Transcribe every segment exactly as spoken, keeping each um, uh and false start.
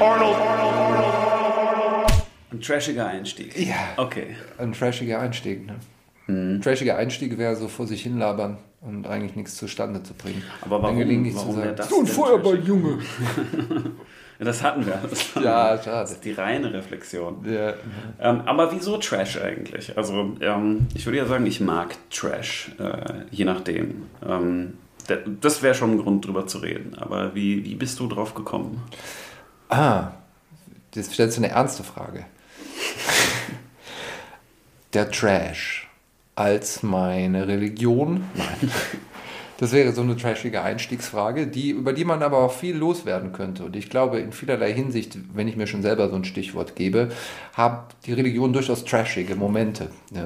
Arnold. Ein trashiger Einstieg. Ja. Okay. Ein trashiger Einstieg. Ne? Mhm. Trashiger Einstieg wäre so vor sich hinlabern und eigentlich nichts zustande zu bringen. Aber warum, warum zu sagen, das? Du ein Feuerball, Junge. Das hatten wir. Das war, ja, schade. Das ist die reine Reflexion. Ja. Ähm, aber wieso Trash eigentlich? Also ähm, ich würde ja sagen, ich mag Trash, äh, je nachdem. Ähm, das wäre schon ein Grund, drüber zu reden. Aber wie, wie bist du drauf gekommen? Ah, das stellst du eine ernste Frage. Der Trash als meine Religion? Nein. Das wäre so eine trashige Einstiegsfrage, die, über die man aber auch viel loswerden könnte. Und ich glaube, in vielerlei Hinsicht, wenn ich mir schon selber so ein Stichwort gebe, hat die Religion durchaus trashige Momente. Ja.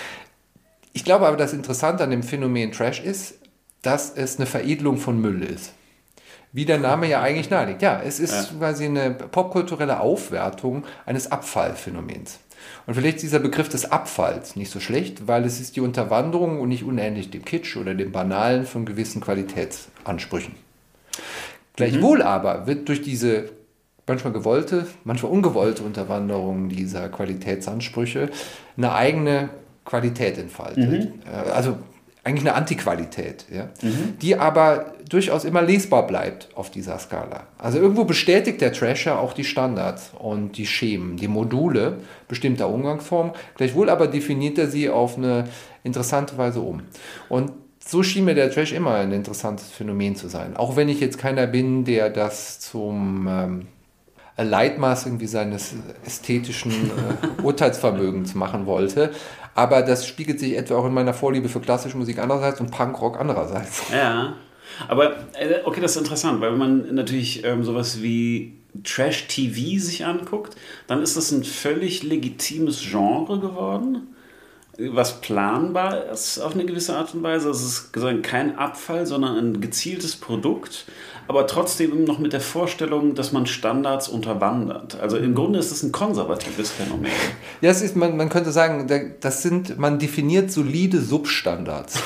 Ich glaube aber, das Interessante an dem Phänomen Trash ist, dass es eine Veredelung von Müll ist. Wie der Name ja eigentlich nahelegt. Ja, es ist ja. quasi eine popkulturelle Aufwertung eines Abfallphänomens. Und vielleicht ist dieser Begriff des Abfalls nicht so schlecht, weil es ist die Unterwanderung und nicht unähnlich dem Kitsch oder dem Banalen von gewissen Qualitätsansprüchen. Gleichwohl aber wird durch diese manchmal gewollte, manchmal ungewollte Unterwanderung dieser Qualitätsansprüche eine eigene Qualität entfaltet. Mhm. Also eigentlich eine Antiqualität, ja? Mhm. Die aber durchaus immer lesbar bleibt auf dieser Skala. Also irgendwo bestätigt der Trasher auch die Standards und die Schemen, die Module bestimmter Umgangsformen, gleichwohl aber definiert er sie auf eine interessante Weise um. Und so schien mir der Trash immer ein interessantes Phänomen zu sein. Auch wenn ich jetzt keiner bin, der das zum ähm, Leitmaß irgendwie seines ästhetischen äh, Urteilsvermögens machen wollte. Aber das spiegelt sich etwa auch in meiner Vorliebe für klassische Musik einerseits und Punkrock andererseits. Ja, aber okay, das ist interessant, weil wenn man natürlich ähm, sowas wie Trash-T V sich anguckt, dann ist das ein völlig legitimes Genre geworden, was planbar ist auf eine gewisse Art und Weise. Es ist kein Abfall, sondern ein gezieltes Produkt, aber trotzdem noch mit der Vorstellung, dass man Standards unterwandert. Also im Grunde ist es ein konservatives Phänomen. Ja, es ist, man, man könnte sagen, das sind, man definiert solide Substandards.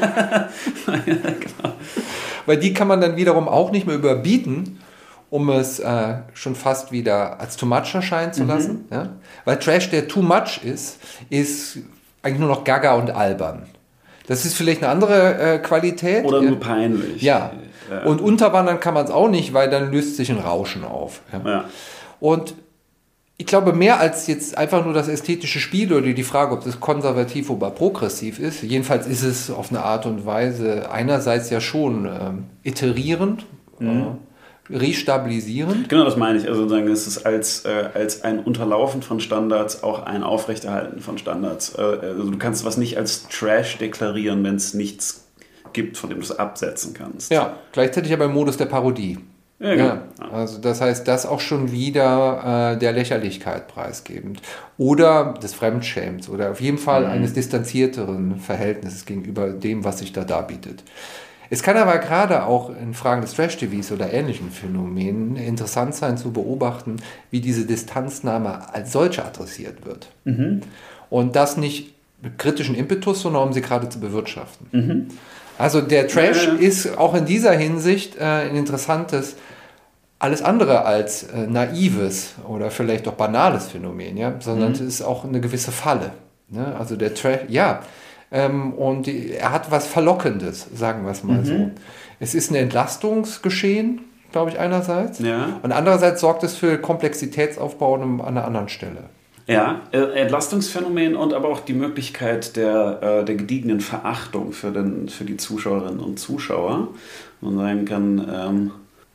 Ja, genau. Weil die kann man dann wiederum auch nicht mehr überbieten, um es äh, schon fast wieder als too much erscheinen zu lassen. Mhm. Ja? Weil Trash, der too much ist, ist eigentlich nur noch gaga und albern. Das ist vielleicht eine andere äh, Qualität. Oder nur peinlich. Ja. ja. Und unterwandern kann man es auch nicht, weil dann löst sich ein Rauschen auf. Ja. Ja. Und ich glaube, mehr als jetzt einfach nur das ästhetische Spiel oder die Frage, ob das konservativ oder progressiv ist, jedenfalls ist es auf eine Art und Weise einerseits ja schon ähm, iterierend, mhm. äh, restabilisierend. Genau, das meine ich. Also sozusagen, es ist als, äh, als ein Unterlaufen von Standards auch ein Aufrechterhalten von Standards. Äh, also du kannst was nicht als Trash deklarieren, wenn es nichts gibt, von dem du es absetzen kannst. Ja, gleichzeitig aber im Modus der Parodie. Ja, genau. Ja, also das heißt, das auch schon wieder äh, der Lächerlichkeit preisgebend. Oder des Fremdschämens oder auf jeden Fall mhm. eines distanzierteren Verhältnisses gegenüber dem, was sich da darbietet. Es kann aber gerade auch in Fragen des Trash-T Vs oder ähnlichen Phänomenen interessant sein zu beobachten, wie diese Distanznahme als solche adressiert wird. Mhm. Und das nicht mit kritischen Impetus, sondern um sie gerade zu bewirtschaften. Mhm. Also der Trash ja, ja. ist auch in dieser Hinsicht äh, ein interessantes, alles andere als äh, naives oder vielleicht auch banales Phänomen, ja? Sondern mhm. es ist auch eine gewisse Falle. Ne? Also der Trash, ja, ähm, und die, er hat was Verlockendes, sagen wir es mal mhm. so. Es ist ein Entlastungsgeschehen, glaube ich, einerseits. Ja. Und andererseits sorgt es für Komplexitätsaufbau an einer anderen Stelle. Ja, Entlastungsphänomen und aber auch die Möglichkeit der, der gediegenen Verachtung für, den, für die Zuschauerinnen und Zuschauer. Man sagen kann, ähm,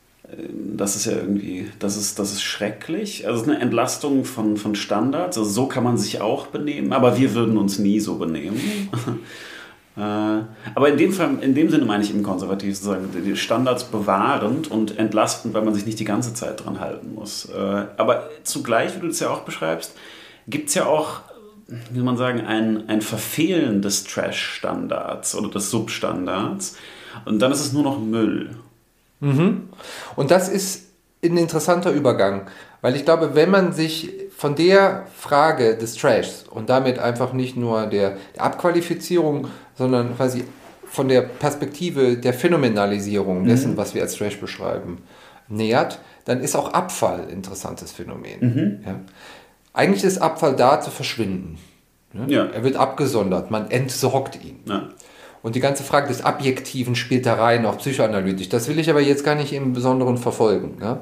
das ist ja irgendwie, das ist, das ist schrecklich. Also es ist eine Entlastung von, von Standards. Also so kann man sich auch benehmen, aber wir würden uns nie so benehmen. äh, aber in dem Fall, in dem Sinne meine ich im Konservativ sozusagen, die Standards bewahrend und entlastend, weil man sich nicht die ganze Zeit dran halten muss. Äh, aber zugleich, wie du das ja auch beschreibst, gibt es ja auch, wie soll man sagen, ein, ein Verfehlen des Trash-Standards oder des Substandards. Und dann ist es nur noch Müll. Mhm. Und das ist ein interessanter Übergang, weil ich glaube, wenn man sich von der Frage des Trashs und damit einfach nicht nur der, der Abqualifizierung, sondern quasi von der Perspektive der Phänomenalisierung dessen, mhm. was wir als Trash beschreiben, nähert, dann ist auch Abfall ein interessantes Phänomen. Mhm. Ja? Eigentlich ist Abfall da zu verschwinden. Ne? Ja. Er wird abgesondert, man entsorgt ihn. Ja. Und die ganze Frage des Abjektiven spielt da rein, auch psychoanalytisch. Das will ich aber jetzt gar nicht im Besonderen verfolgen. Ja?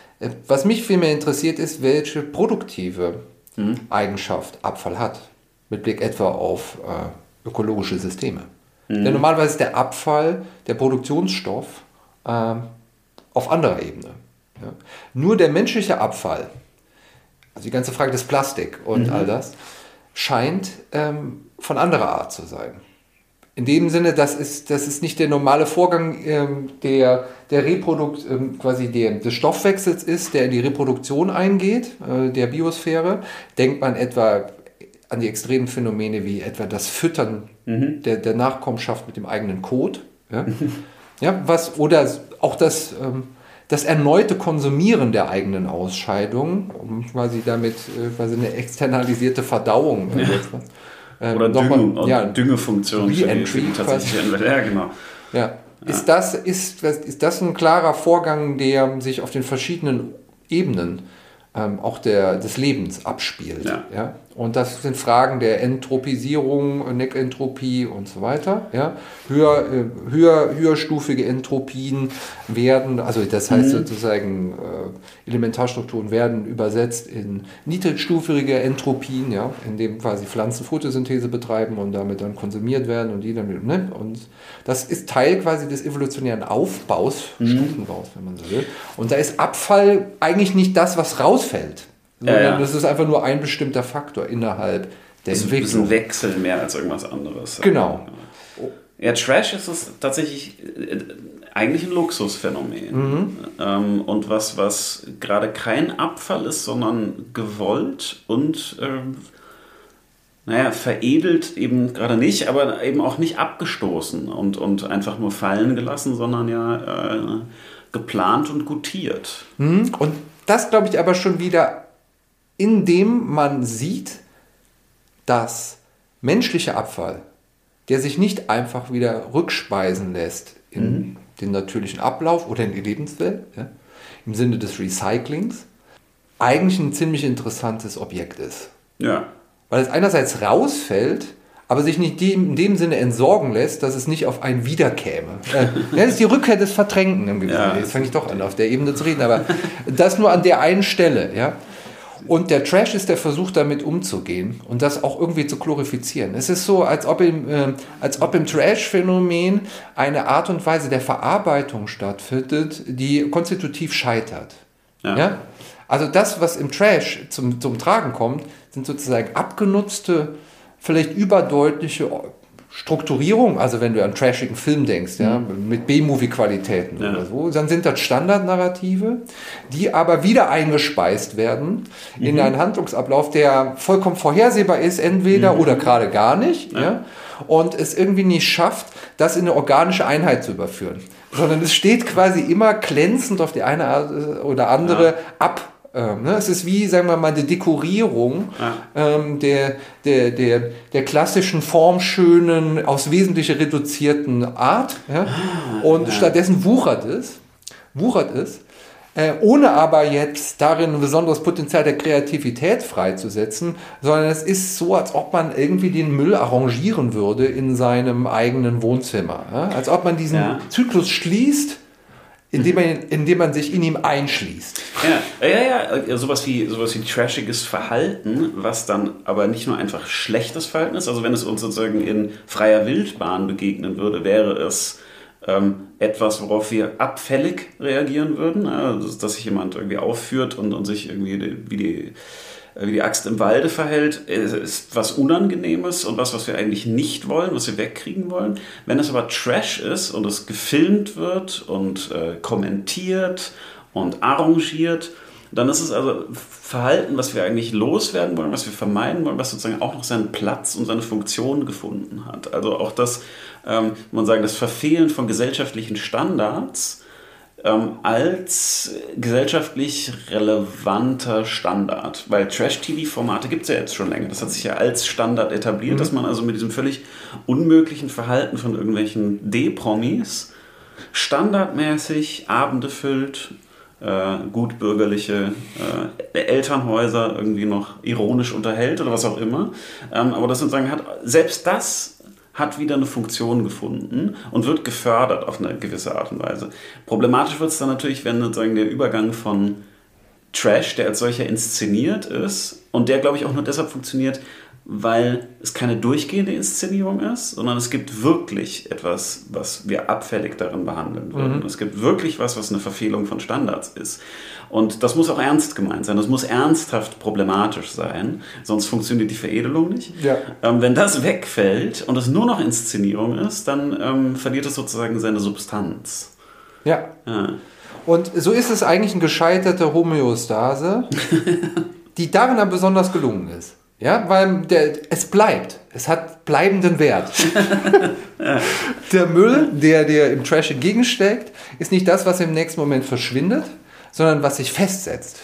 Was mich vielmehr interessiert ist, welche produktive mhm. Eigenschaft Abfall hat. Mit Blick etwa auf äh, ökologische Systeme. Mhm. Denn normalerweise ist der Abfall der Produktionsstoff äh, auf anderer Ebene. Ja? Nur der menschliche Abfall, also die ganze Frage des Plastik und mhm. all das, scheint ähm, von anderer Art zu sein. In dem Sinne, das ist, das ist nicht der normale Vorgang ähm, der, der Reprodukt, ähm, quasi der, des Stoffwechsels ist, der in die Reproduktion eingeht, äh, der Biosphäre. Denkt man etwa an die extremen Phänomene wie etwa das Füttern mhm. der, der Nachkommenschaft mit dem eigenen Kot. Ja? Ja, was, oder auch das, ähm, das erneute Konsumieren der eigenen Ausscheidungen, um quasi damit äh, quasi eine externalisierte Verdauung äh, ja. Ähm, Oder Düngung, mal, ja, Düngefunktion für die, für die tatsächliche Entwicklung. Ja, genau. Ja. Ja. Ist, das, ist, ist das ein klarer Vorgang, der sich auf den verschiedenen Ebenen ähm, auch der, des Lebens abspielt? Ja. Ja? Und das sind Fragen der Entropisierung, Neckentropie und so weiter. Ja? Höher, äh, höher, höherstufige Entropien werden, also das heißt mhm. sozusagen äh, Elementarstrukturen werden übersetzt in niedrigstufige Entropien, ja? In dem quasi Pflanzen Photosynthese betreiben und damit dann konsumiert werden und die dann ne? Und das ist Teil quasi des evolutionären Aufbaus, mhm. Stufenbaus, wenn man so will. Und da ist Abfall eigentlich nicht das, was rausfällt. Ja, ja. Das ist einfach nur ein bestimmter Faktor innerhalb der das Entwicklung. Das ist ein Wechsel mehr als irgendwas anderes. Genau. Ja, Trash ist es tatsächlich eigentlich ein Luxusphänomen. Mhm. Ähm, und was, was gerade kein Abfall ist, sondern gewollt und ähm, naja, veredelt eben gerade nicht, aber eben auch nicht abgestoßen und, und einfach nur fallen gelassen, sondern ja äh, geplant und gutiert. Mhm. Und das glaube ich aber schon wieder, indem man sieht, dass menschlicher Abfall, der sich nicht einfach wieder rückspeisen lässt in mhm. den natürlichen Ablauf oder in die Lebenswelt, ja, im Sinne des Recyclings, eigentlich ein ziemlich interessantes Objekt ist. Ja. Weil es einerseits rausfällt, aber sich nicht in dem Sinne entsorgen lässt, dass es nicht auf einen wiederkäme. Äh, das ist die Rückkehr des Verdrängten im Gefühl. Ja, jetzt fange ich doch an, auf der Ebene zu reden, aber das nur an der einen Stelle. Ja? Und der Trash ist der Versuch, damit umzugehen und das auch irgendwie zu glorifizieren. Es ist so, als ob im, äh, als ob im Trash-Phänomen eine Art und Weise der Verarbeitung stattfindet, die konstitutiv scheitert. Ja. Ja? Also das, was im Trash zum, zum Tragen kommt, sind sozusagen abgenutzte, vielleicht überdeutliche Strukturierung, also wenn du an einen trashigen Film denkst, ja, mit B-Movie-Qualitäten ja. oder so, dann sind das Standardnarrative, die aber wieder eingespeist werden mhm. in einen Handlungsablauf, der vollkommen vorhersehbar ist, entweder mhm. oder gerade gar nicht, ja. Ja, und es irgendwie nicht schafft, das in eine organische Einheit zu überführen, sondern es steht quasi immer glänzend auf die eine Art oder andere ja. ab. Ähm, ne? Es ist wie, sagen wir mal, die Dekorierung ja. ähm, der, der, der, der klassischen, formschönen, aufs Wesentliche reduzierten Art. Ja? Ah, und ja. stattdessen wuchert es, wuchert es äh, ohne aber jetzt darin ein besonderes Potenzial der Kreativität freizusetzen, sondern es ist so, als ob man irgendwie den Müll arrangieren würde in seinem eigenen Wohnzimmer. Ja? Als ob man diesen ja. Zyklus schließt, Indem man, indem man sich in ihm einschließt. Ja, ja, ja, sowas wie, sowas wie trashiges Verhalten, was dann aber nicht nur einfach schlechtes Verhalten ist, also wenn es uns sozusagen in freier Wildbahn begegnen würde, wäre es ähm, etwas, worauf wir abfällig reagieren würden, also, dass sich jemand irgendwie aufführt und, und sich irgendwie die, wie die wie die Axt im Walde verhält, ist was Unangenehmes und was, was wir eigentlich nicht wollen, was wir wegkriegen wollen. Wenn es aber Trash ist und es gefilmt wird und äh, kommentiert und arrangiert, dann ist es also Verhalten, was wir eigentlich loswerden wollen, was wir vermeiden wollen, was sozusagen auch noch seinen Platz und seine Funktion gefunden hat. Also auch das, ähm, man sagen, das Verfehlen von gesellschaftlichen Standards Ähm, als gesellschaftlich relevanter Standard. Weil Trash-T V-Formate gibt es ja jetzt schon länger. Das hat sich ja als Standard etabliert, mhm. dass man also mit diesem völlig unmöglichen Verhalten von irgendwelchen D-Promis standardmäßig Abende füllt, äh, gutbürgerliche äh, Elternhäuser irgendwie noch ironisch unterhält oder was auch immer. Ähm, aber das sozusagen hat, selbst das hat wieder eine Funktion gefunden und wird gefördert auf eine gewisse Art und Weise. Problematisch wird es dann natürlich, wenn sozusagen der Übergang von Trash, der als solcher inszeniert ist und der, glaube ich, auch nur deshalb funktioniert, weil es keine durchgehende Inszenierung ist, sondern es gibt wirklich etwas, was wir abfällig darin behandeln würden. Mhm. Es gibt wirklich was, was eine Verfehlung von Standards ist. Und das muss auch ernst gemeint sein. Das muss ernsthaft problematisch sein, sonst funktioniert die Veredelung nicht. Ja. Ähm, wenn das wegfällt und es nur noch Inszenierung ist, dann ähm, verliert es sozusagen seine Substanz. Ja. ja. Und so ist es eigentlich eine gescheiterte Homöostase, die darin dann besonders gelungen ist. Ja, weil der, es bleibt. Es hat bleibenden Wert. ja. Der Müll, der dir im Trash entgegensteckt, ist nicht das, was im nächsten Moment verschwindet, sondern was sich festsetzt.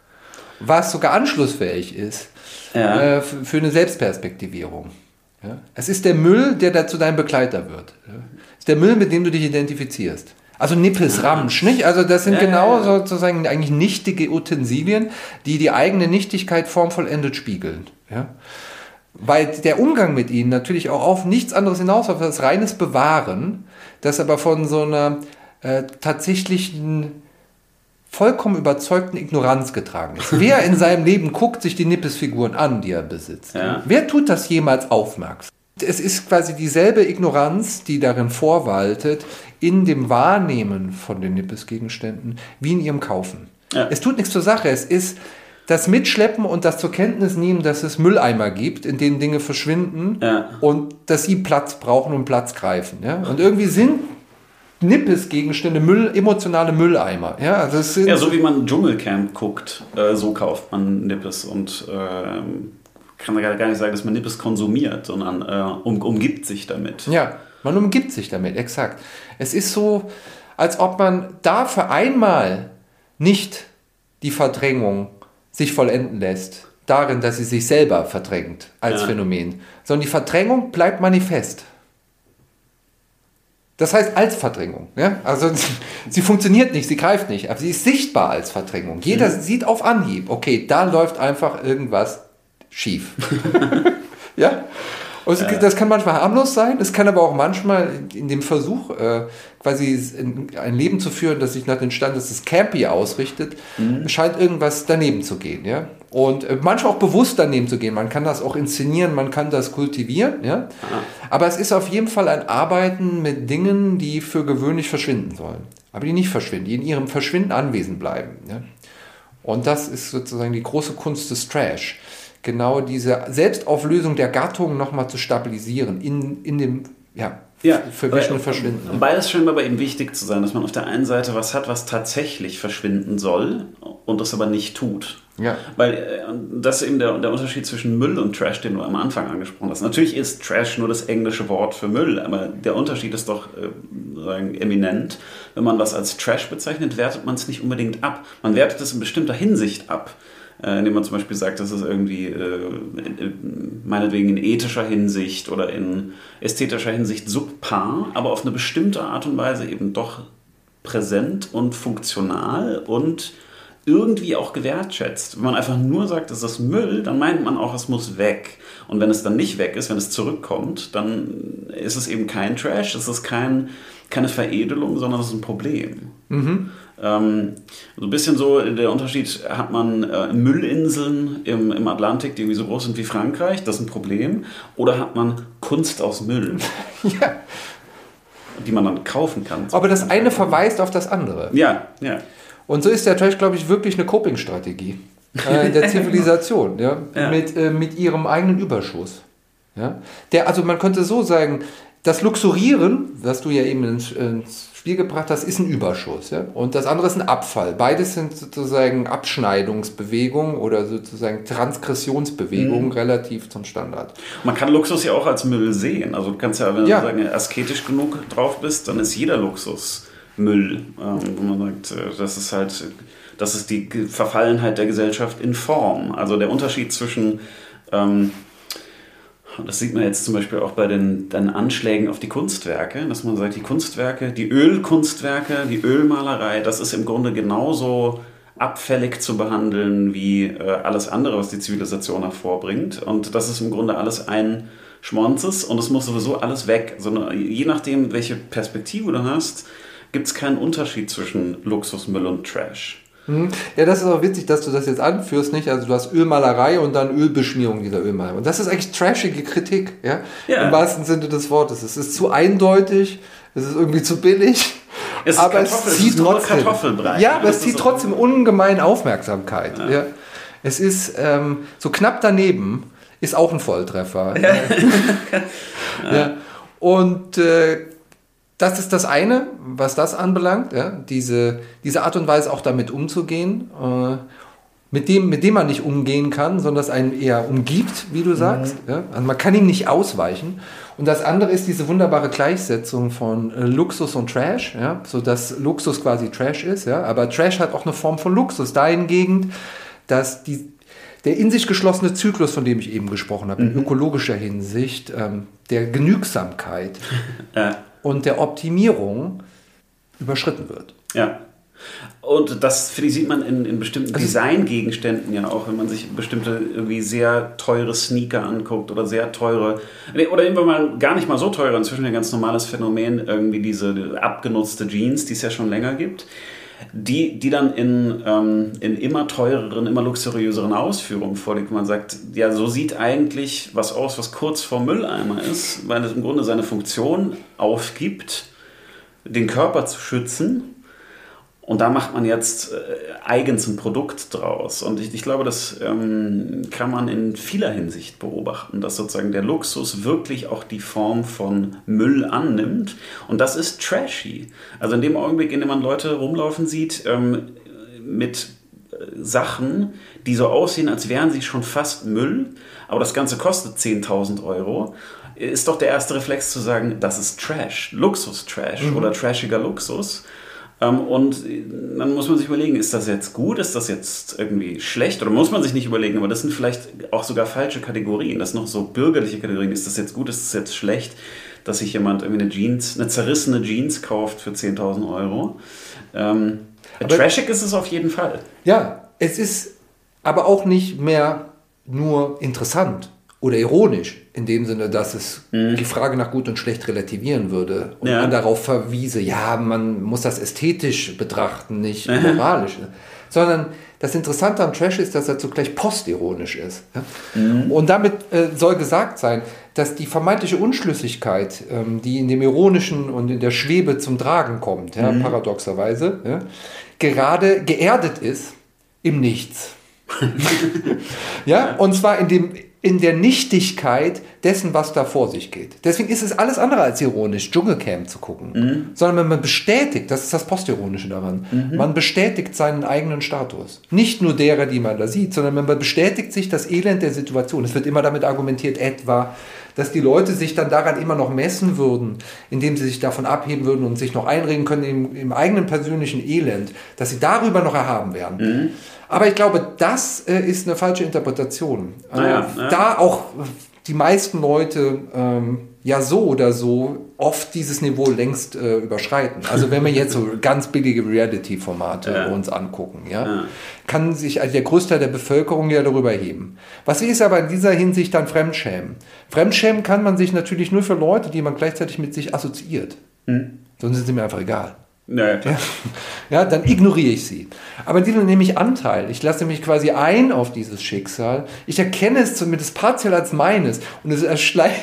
Was sogar anschlussfähig ist ja. äh, für, für eine Selbstperspektivierung. Ja? Es ist der Müll, der dazu dein Begleiter wird. Ja? Es ist der Müll, mit dem du dich identifizierst. Also Nippes, Ramsch, nicht? Also das sind ja, genau ja, ja. sozusagen eigentlich nichtige Utensilien, die die eigene Nichtigkeit formvollendet spiegeln. Ja? Weil der Umgang mit ihnen natürlich auch auf nichts anderes hinaus, auf das reines Bewahren, das aber von so einer äh, tatsächlichen, vollkommen überzeugten Ignoranz getragen ist. Wer in seinem Leben guckt sich die Nippes-Figuren an, die er besitzt? Ja. Wer tut das jemals aufmerksam? Es ist quasi dieselbe Ignoranz, die darin vorwaltet, in dem Wahrnehmen von den Nippes-Gegenständen, wie in ihrem Kaufen. Ja. Es tut nichts zur Sache. Es ist das Mitschleppen und das zur Kenntnis nehmen, dass es Mülleimer gibt, in denen Dinge verschwinden ja. und dass sie Platz brauchen und Platz greifen. Ja? Und irgendwie sind Nippes-Gegenstände Müll, emotionale Mülleimer. Ja, also es sind ja, so wie man Dschungelcamp guckt, äh, so kauft man Nippes und äh, kann gar nicht sagen, dass man Nippes konsumiert, sondern äh, um, umgibt sich damit. Ja, man umgibt sich damit, exakt. Es ist so, als ob man da für einmal nicht die Verdrängung sich vollenden lässt, darin, dass sie sich selber verdrängt als ja. Phänomen, sondern die Verdrängung bleibt manifest. Das heißt als Verdrängung. Ja? Also sie funktioniert nicht, sie greift nicht, aber sie ist sichtbar als Verdrängung. Jeder mhm. sieht auf Anhieb, okay, da läuft einfach irgendwas schief. ja? Und ja. das kann manchmal harmlos sein, es kann aber auch manchmal in dem Versuch, äh, quasi ein Leben zu führen, das sich nach den Standards des Campy ausrichtet, mhm. scheint irgendwas daneben zu gehen. Ja? Und äh, manchmal auch bewusst daneben zu gehen. Man kann das auch inszenieren, man kann das kultivieren. Ja? Aber es ist auf jeden Fall ein Arbeiten mit Dingen, die für gewöhnlich verschwinden sollen. Aber die nicht verschwinden, die in ihrem Verschwinden anwesend bleiben. Ja? Und das ist sozusagen die große Kunst des Trash. Genau diese Selbstauflösung der Gattung nochmal zu stabilisieren in, in dem ja, ja, Verwischen und Verschwinden. Ne? Beides scheint aber eben wichtig zu sein, dass man auf der einen Seite was hat, was tatsächlich verschwinden soll und das aber nicht tut. Ja. Weil das ist eben der, der Unterschied zwischen Müll und Trash, den du am Anfang angesprochen hast. Natürlich ist Trash nur das englische Wort für Müll, aber der Unterschied ist doch äh, sagen, eminent. Wenn man was als Trash bezeichnet, wertet man es nicht unbedingt ab. Man wertet es in bestimmter Hinsicht ab. Äh, indem man zum Beispiel sagt, das ist irgendwie äh, meinetwegen in ethischer Hinsicht oder in ästhetischer Hinsicht subpar, aber auf eine bestimmte Art und Weise eben doch präsent und funktional und irgendwie auch gewertschätzt. Wenn man einfach nur sagt, das ist Müll, dann meint man auch, es muss weg. Und wenn es dann nicht weg ist, wenn es zurückkommt, dann ist es eben kein Trash, es ist kein, keine Veredelung, sondern es ist ein Problem. Mhm. Ähm, so ein bisschen so, der Unterschied, hat man äh, Müllinseln im, im Atlantik, die irgendwie so groß sind wie Frankreich, das ist ein Problem, oder hat man Kunst aus Müll, ja. die man dann kaufen kann. Aber das eine verweist auf das andere. Ja, ja. Und so ist der Trash, glaube ich, wirklich eine Coping-Strategie äh, der Zivilisation, ja? Ja. Mit, äh, mit ihrem eigenen Überschuss. Ja? Der, also man könnte so sagen, das Luxurieren, was du ja eben ins, ins Spiel gebracht hast, ist ein Überschuss. Ja? Und das andere ist ein Abfall. Beides sind sozusagen Abschneidungsbewegungen oder sozusagen Transgressionsbewegungen mhm. relativ zum Standard. Man kann Luxus ja auch als Müll sehen. Also du kannst ja, wenn ja. du sagen, asketisch genug drauf bist, dann ist jeder Luxus Müll. Ähm, wo man sagt, das ist halt, das ist die Verfallenheit der Gesellschaft in Form. Also der Unterschied zwischen ähm, Und das sieht man jetzt zum Beispiel auch bei den, den Anschlägen auf die Kunstwerke, dass man sagt, die Kunstwerke, die Ölkunstwerke, die Ölmalerei, das ist im Grunde genauso abfällig zu behandeln wie äh, alles andere, was die Zivilisation hervorbringt. Und das ist im Grunde alles ein Schmonzes und es muss sowieso alles weg. Also, je nachdem, welche Perspektive du hast, gibt es keinen Unterschied zwischen Luxusmüll und Trash. Ja, das ist auch witzig, dass du das jetzt anführst, nicht? Also du hast Ölmalerei und dann Ölbeschmierung dieser Ölmalerei. Und das ist eigentlich trashige Kritik, ja? Ja. Im wahrsten Sinne des Wortes. Es ist zu eindeutig, es ist irgendwie zu billig. Es aber es zieht trotzdem, Kartoffelbrei. Ja, aber es zieht trotzdem ungemein Aufmerksamkeit. Ja. Ja. Es ist ähm, so knapp daneben, ist auch ein Volltreffer. Ja. Ja. Ja. Und äh, das ist das eine, was das anbelangt, ja, diese, diese Art und Weise auch damit umzugehen, äh, mit, dem, mit dem man nicht umgehen kann, sondern das einen eher umgibt, wie du sagst. Mhm. Ja. Also man kann ihm nicht ausweichen. Und das andere ist diese wunderbare Gleichsetzung von äh, Luxus und Trash, ja, sodass Luxus quasi Trash ist, ja, aber Trash hat auch eine Form von Luxus, dahingehend, dass die, der in sich geschlossene Zyklus, von dem ich eben gesprochen habe, mhm. in ökologischer Hinsicht, ähm, der Genügsamkeit, ja. und der Optimierung überschritten wird. Ja. Und das, finde ich, sieht man in, in bestimmten also Designgegenständen ja auch, wenn man sich bestimmte irgendwie sehr teure Sneaker anguckt oder sehr teure, oder irgendwann mal gar nicht mal so teure, inzwischen ein ganz normales Phänomen, irgendwie diese abgenutzte Jeans, die es ja schon länger gibt, die, die dann in, ähm, in immer teureren, immer luxuriöseren Ausführungen vorliegt. Man sagt, ja, so sieht eigentlich was aus, was kurz vor Mülleimer ist, weil es im Grunde seine Funktion aufgibt, den Körper zu schützen. Und da macht man jetzt äh, eigens ein Produkt draus. Und ich, ich glaube, das ähm, kann man in vieler Hinsicht beobachten, dass sozusagen der Luxus wirklich auch die Form von Müll annimmt. Und das ist trashy. Also in dem Augenblick, in dem man Leute rumlaufen sieht ähm, mit äh, Sachen, die so aussehen, als wären sie schon fast Müll, aber das Ganze kostet zehntausend Euro, ist doch der erste Reflex zu sagen, das ist Trash, Luxus-Trash mhm. oder trashiger Luxus. Und dann muss man sich überlegen, ist das jetzt gut, ist das jetzt irgendwie schlecht oder muss man sich nicht überlegen, aber das sind vielleicht auch sogar falsche Kategorien, das sind noch so bürgerliche Kategorien, ist das jetzt gut, ist das jetzt schlecht, dass sich jemand irgendwie eine Jeans, eine zerrissene Jeans kauft für zehntausend Euro. Ähm, trashig ist es auf jeden Fall. Ja, es ist aber auch nicht mehr nur interessant oder ironisch, in dem Sinne, dass es mhm. die Frage nach gut und schlecht relativieren würde und ja. man darauf verwiese, ja, man muss das ästhetisch betrachten, nicht mhm. moralisch. Sondern das Interessante am Trash ist, dass er zugleich postironisch ist. Ja? Mhm. Und damit äh, soll gesagt sein, dass die vermeintliche Unschlüssigkeit, ähm, die in dem Ironischen und in der Schwebe zum Tragen kommt, ja, mhm. paradoxerweise, ja, gerade geerdet ist im Nichts. Ja, und zwar in dem in der Nichtigkeit dessen, was da vor sich geht. Deswegen ist es alles andere als ironisch, Dschungelcamp zu gucken. Mhm. Sondern man bestätigt, das ist das Postironische daran, mhm. man bestätigt seinen eigenen Status. Nicht nur derer, die man da sieht, sondern man bestätigt sich das Elend der Situation. Es wird immer damit argumentiert, etwa, dass die Leute sich dann daran immer noch messen würden, indem sie sich davon abheben würden und sich noch einregen können im, im eigenen persönlichen Elend, dass sie darüber noch erhaben werden. Mhm. Aber ich glaube, das äh, ist eine falsche Interpretation. Naja, äh, naja. Da auch die meisten Leute ähm, ja so oder so oft dieses Niveau längst äh, überschreiten. Also wenn wir jetzt so ganz billige Reality-Formate ja. uns angucken, ja, ja. kann sich also der Großteil der Bevölkerung ja darüber heben. Was ist aber in dieser Hinsicht dann Fremdschämen? Fremdschämen kann man sich natürlich nur für Leute, die man gleichzeitig mit sich assoziiert. Hm. Sonst sind sie mir einfach egal. Ja, ja. ja, dann ignoriere ich sie. Aber in diesem nehme ich Anteil. Ich lasse mich quasi ein auf dieses Schicksal. Ich erkenne es zumindest partiell als meines. Und es erschleicht...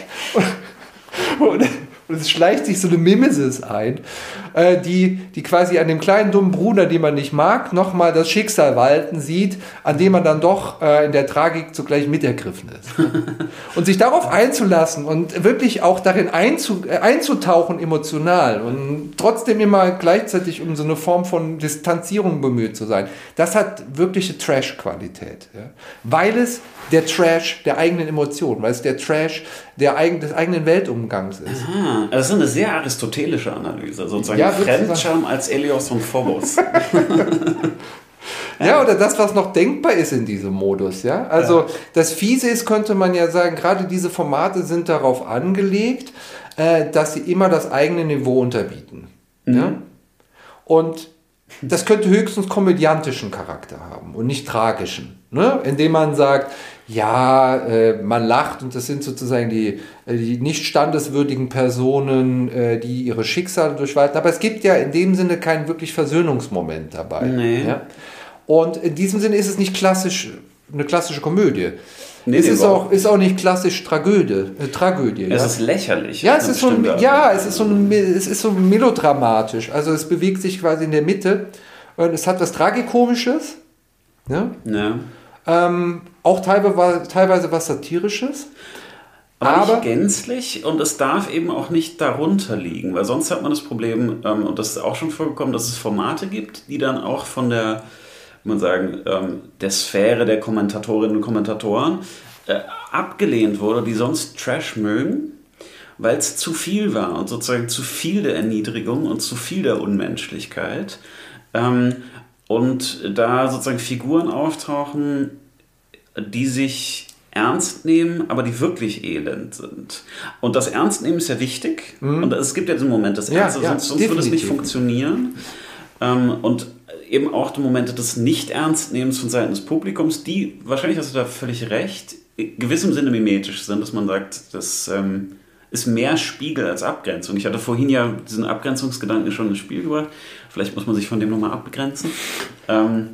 Und es schleicht sich so eine Mimesis ein, äh, die, die quasi an dem kleinen dummen Bruder, den man nicht mag, nochmal das Schicksal walten sieht, an dem man dann doch äh, in der Tragik zugleich mitergriffen ist. Und sich darauf einzulassen und wirklich auch darin einzu, äh, einzutauchen emotional und trotzdem immer gleichzeitig um so eine Form von Distanzierung bemüht zu sein, das hat wirkliche Trash-Qualität. Ja? Weil es der Trash der eigenen Emotionen, weil es der Trash der eigen, des eigenen Weltumgangs ist. Aha, das ist eine sehr aristotelische Analyse, sozusagen ja, Fremdscham als Elios und Phobos. Ja, oder das, was noch denkbar ist in diesem Modus. Ja? Also ja. Das Fiese ist, könnte man ja sagen, gerade diese Formate sind darauf angelegt, äh, dass sie immer das eigene Niveau unterbieten. Mhm. Ja? Und das könnte höchstens komödiantischen Charakter haben und nicht tragischen. Ne? Indem man sagt, ja, äh, man lacht und das sind sozusagen die, die nicht standeswürdigen Personen, äh, die ihre Schicksale durchwalten. Aber es gibt ja in dem Sinne keinen wirklich Versöhnungsmoment dabei. Nee. Ja? Und in diesem Sinne ist es nicht klassisch, eine klassische Komödie. Nee, es ist auch, ist auch nicht klassisch Tragödie. Äh, Tragödie es ja? ist lächerlich. Ja, es ist, so ein, ja es, ist so ein, es ist so melodramatisch. Also es bewegt sich quasi in der Mitte. Und es hat was Tragikomisches. Ja. ja. Ähm, auch teilweise, teilweise was Satirisches. Aber, aber nicht gänzlich und es darf eben auch nicht darunter liegen, weil sonst hat man das Problem, ähm, und das ist auch schon vorgekommen, dass es Formate gibt, die dann auch von der, man sagen, ähm, der Sphäre der Kommentatorinnen und Kommentatoren äh, abgelehnt wurde, die sonst Trash mögen, weil es zu viel war und sozusagen zu viel der Erniedrigung und zu viel der Unmenschlichkeit. Ähm, und da sozusagen Figuren auftauchen, die sich ernst nehmen, aber die wirklich elend sind. Und das Ernstnehmen ist ja wichtig. Mhm. Und es gibt ja diesen Moment des Ernst, ja, ja, sonst, sonst würde es nicht funktionieren. Ähm, und eben auch die Momente des Nicht-Ernstnehmens von Seiten des Publikums, die, wahrscheinlich hast du da völlig recht, in gewissem Sinne mimetisch sind, dass man sagt, das ähm, ist mehr Spiegel als Abgrenzung. Ich hatte vorhin ja diesen Abgrenzungsgedanken schon ins Spiel gebracht. Vielleicht muss man sich von dem nochmal abgrenzen. Ähm,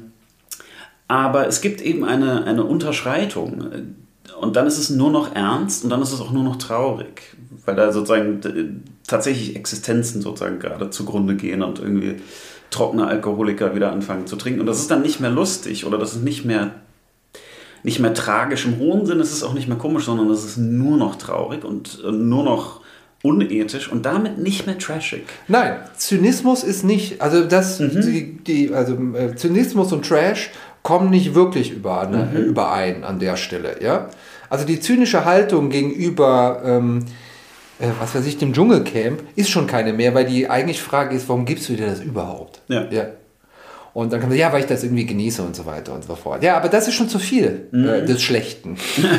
aber es gibt eben eine, eine Unterschreitung. Und dann ist es nur noch ernst und dann ist es auch nur noch traurig. Weil da sozusagen tatsächlich Existenzen sozusagen gerade zugrunde gehen und irgendwie trockene Alkoholiker wieder anfangen zu trinken. Und das ist dann nicht mehr lustig oder das ist nicht mehr, nicht mehr tragisch im hohen Sinn, es ist auch nicht mehr komisch, sondern es ist nur noch traurig und nur noch unethisch und damit nicht mehr trashig. Nein, Zynismus ist nicht, also das, mhm. die, die, also äh, Zynismus und Trash kommen nicht wirklich über, ne, mhm. überein an der Stelle. Ja? Also die zynische Haltung gegenüber, ähm, äh, was weiß ich, dem Dschungelcamp ist schon keine mehr, weil die eigentliche Frage ist, warum gibst du dir das überhaupt? Ja. ja. Und dann kann man sagen, ja, weil ich das irgendwie genieße und so weiter und so fort. Ja, aber das ist schon zu viel mhm. äh, des Schlechten.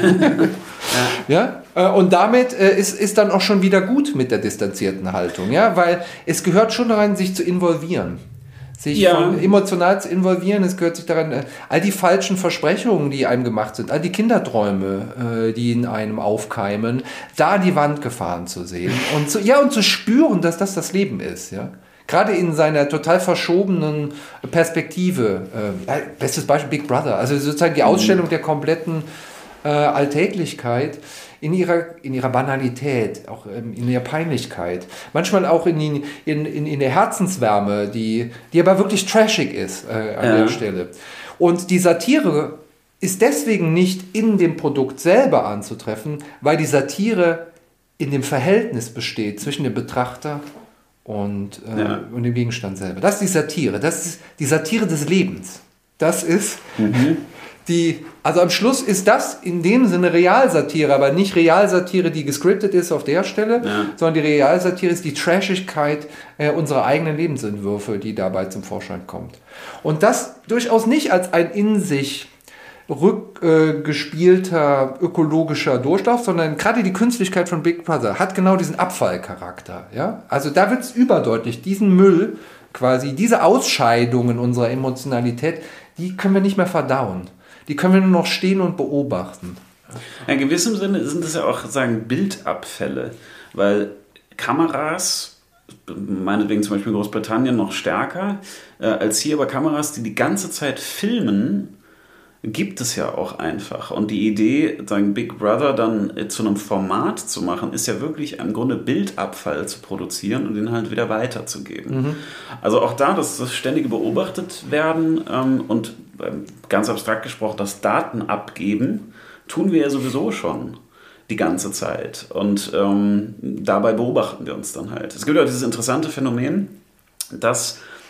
ja. ja? Und damit äh, ist, ist dann auch schon wieder gut mit der distanzierten Haltung, ja, weil es gehört schon daran, sich zu involvieren. Sich ja. von emotional zu involvieren, es gehört sich daran, äh, all die falschen Versprechungen, die einem gemacht sind, all die Kinderträume, äh, die in einem aufkeimen, da die Wand gefahren zu sehen und zu, ja, und zu spüren, dass das das Leben ist, ja. Gerade in seiner total verschobenen Perspektive. Äh, bestes Beispiel Big Brother. Also sozusagen die Ausstellung mhm. der kompletten äh, Alltäglichkeit in ihrer, in ihrer Banalität, auch ähm, in ihrer Peinlichkeit. Manchmal auch in, in, in, in der Herzenswärme, die, die aber wirklich trashig ist äh, an ja. der Stelle. Und die Satire ist deswegen nicht in dem Produkt selber anzutreffen, weil die Satire in dem Verhältnis besteht zwischen dem Betrachter Und, äh, ja. und dem Gegenstand selber. Das ist die Satire. Das ist die Satire des Lebens. Das ist mhm. die, also am Schluss ist das in dem Sinne Realsatire, aber nicht Realsatire, die gescriptet ist auf der Stelle, ja. sondern die Realsatire ist die Trashigkeit äh, unserer eigenen Lebensentwürfe, die dabei zum Vorschein kommt. Und das durchaus nicht als ein in sich rückgespielter äh, ökologischer Durchlauf, sondern gerade die Künstlichkeit von Big Brother hat genau diesen Abfallcharakter. Ja? Also da wird es überdeutlich, diesen Müll, quasi diese Ausscheidungen unserer Emotionalität, die können wir nicht mehr verdauen. Die können wir nur noch stehen und beobachten. Ja, in gewissem Sinne sind das ja auch sagen Bildabfälle, weil Kameras, meinetwegen zum Beispiel in Großbritannien noch stärker äh, als hier, aber Kameras, die die ganze Zeit filmen, gibt es ja auch einfach. Und die Idee, sagen Big Brother dann zu einem Format zu machen, ist ja wirklich im Grunde Bildabfall zu produzieren und den halt wieder weiterzugeben. Mhm. Also auch da, dass das ständige beobachtet werden ähm, und ähm, ganz abstrakt gesprochen, das Daten abgeben, tun wir ja sowieso schon die ganze Zeit. Und ähm, dabei beobachten wir uns dann halt. Es gibt ja dieses interessante Phänomen, dass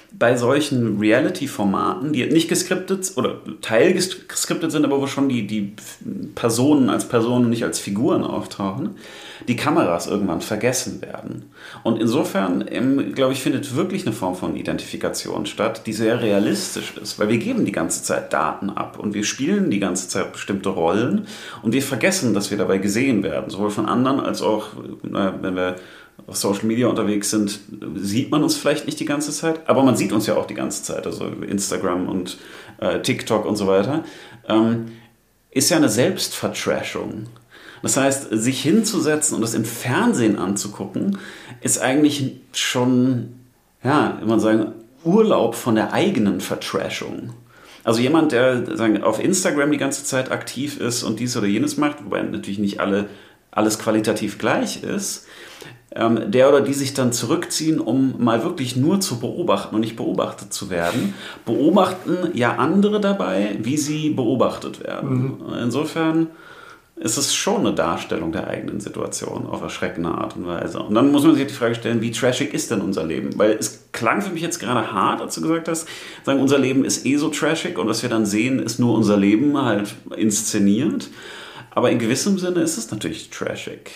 bei solchen Reality-Formaten, die nicht geskriptet oder teilgeskriptet sind, aber wo schon die, die Personen als Personen, nicht als Figuren auftauchen, die Kameras irgendwann vergessen werden. Und insofern, ähm, glaube ich, findet wirklich eine Form von Identifikation statt, die sehr realistisch ist, weil wir geben die ganze Zeit Daten ab und wir spielen die ganze Zeit bestimmte Rollen und wir vergessen, dass wir dabei gesehen werden, sowohl von anderen als auch, na, wenn wir auf Social Media unterwegs sind, sieht man uns vielleicht nicht die ganze Zeit, aber man sieht uns ja auch die ganze Zeit, also Instagram und äh, TikTok und so weiter, ähm, ist ja eine Selbstvertrashung. Das heißt, sich hinzusetzen und das im Fernsehen anzugucken, ist eigentlich schon, ja, wie man sagen, Urlaub von der eigenen Vertrashung. Also jemand, der sagen, auf Instagram die ganze Zeit aktiv ist und dies oder jenes macht, wobei natürlich nicht alle, alles qualitativ gleich ist, ähm, der oder die sich dann zurückziehen, um mal wirklich nur zu beobachten und nicht beobachtet zu werden, beobachten ja andere dabei, wie sie beobachtet werden. Mhm. Insofern ist es schon eine Darstellung der eigenen Situation auf erschreckende Art und Weise. Und dann muss man sich die Frage stellen, wie trashig ist denn unser Leben? Weil es klang für mich jetzt gerade hart, als du gesagt hast, sagen, unser Leben ist eh so trashig und was wir dann sehen, ist nur unser Leben halt inszeniert. Aber in gewissem Sinne ist es natürlich trashig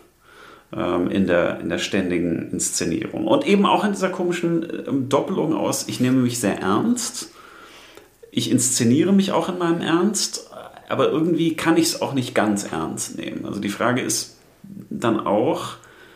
ähm, in der, in der ständigen Inszenierung. Und eben auch in dieser komischen ähm, Doppelung aus, ich nehme mich sehr ernst, ich inszeniere mich auch in meinem Ernst, aber irgendwie kann ich es auch nicht ganz ernst nehmen. Also die Frage ist dann auch,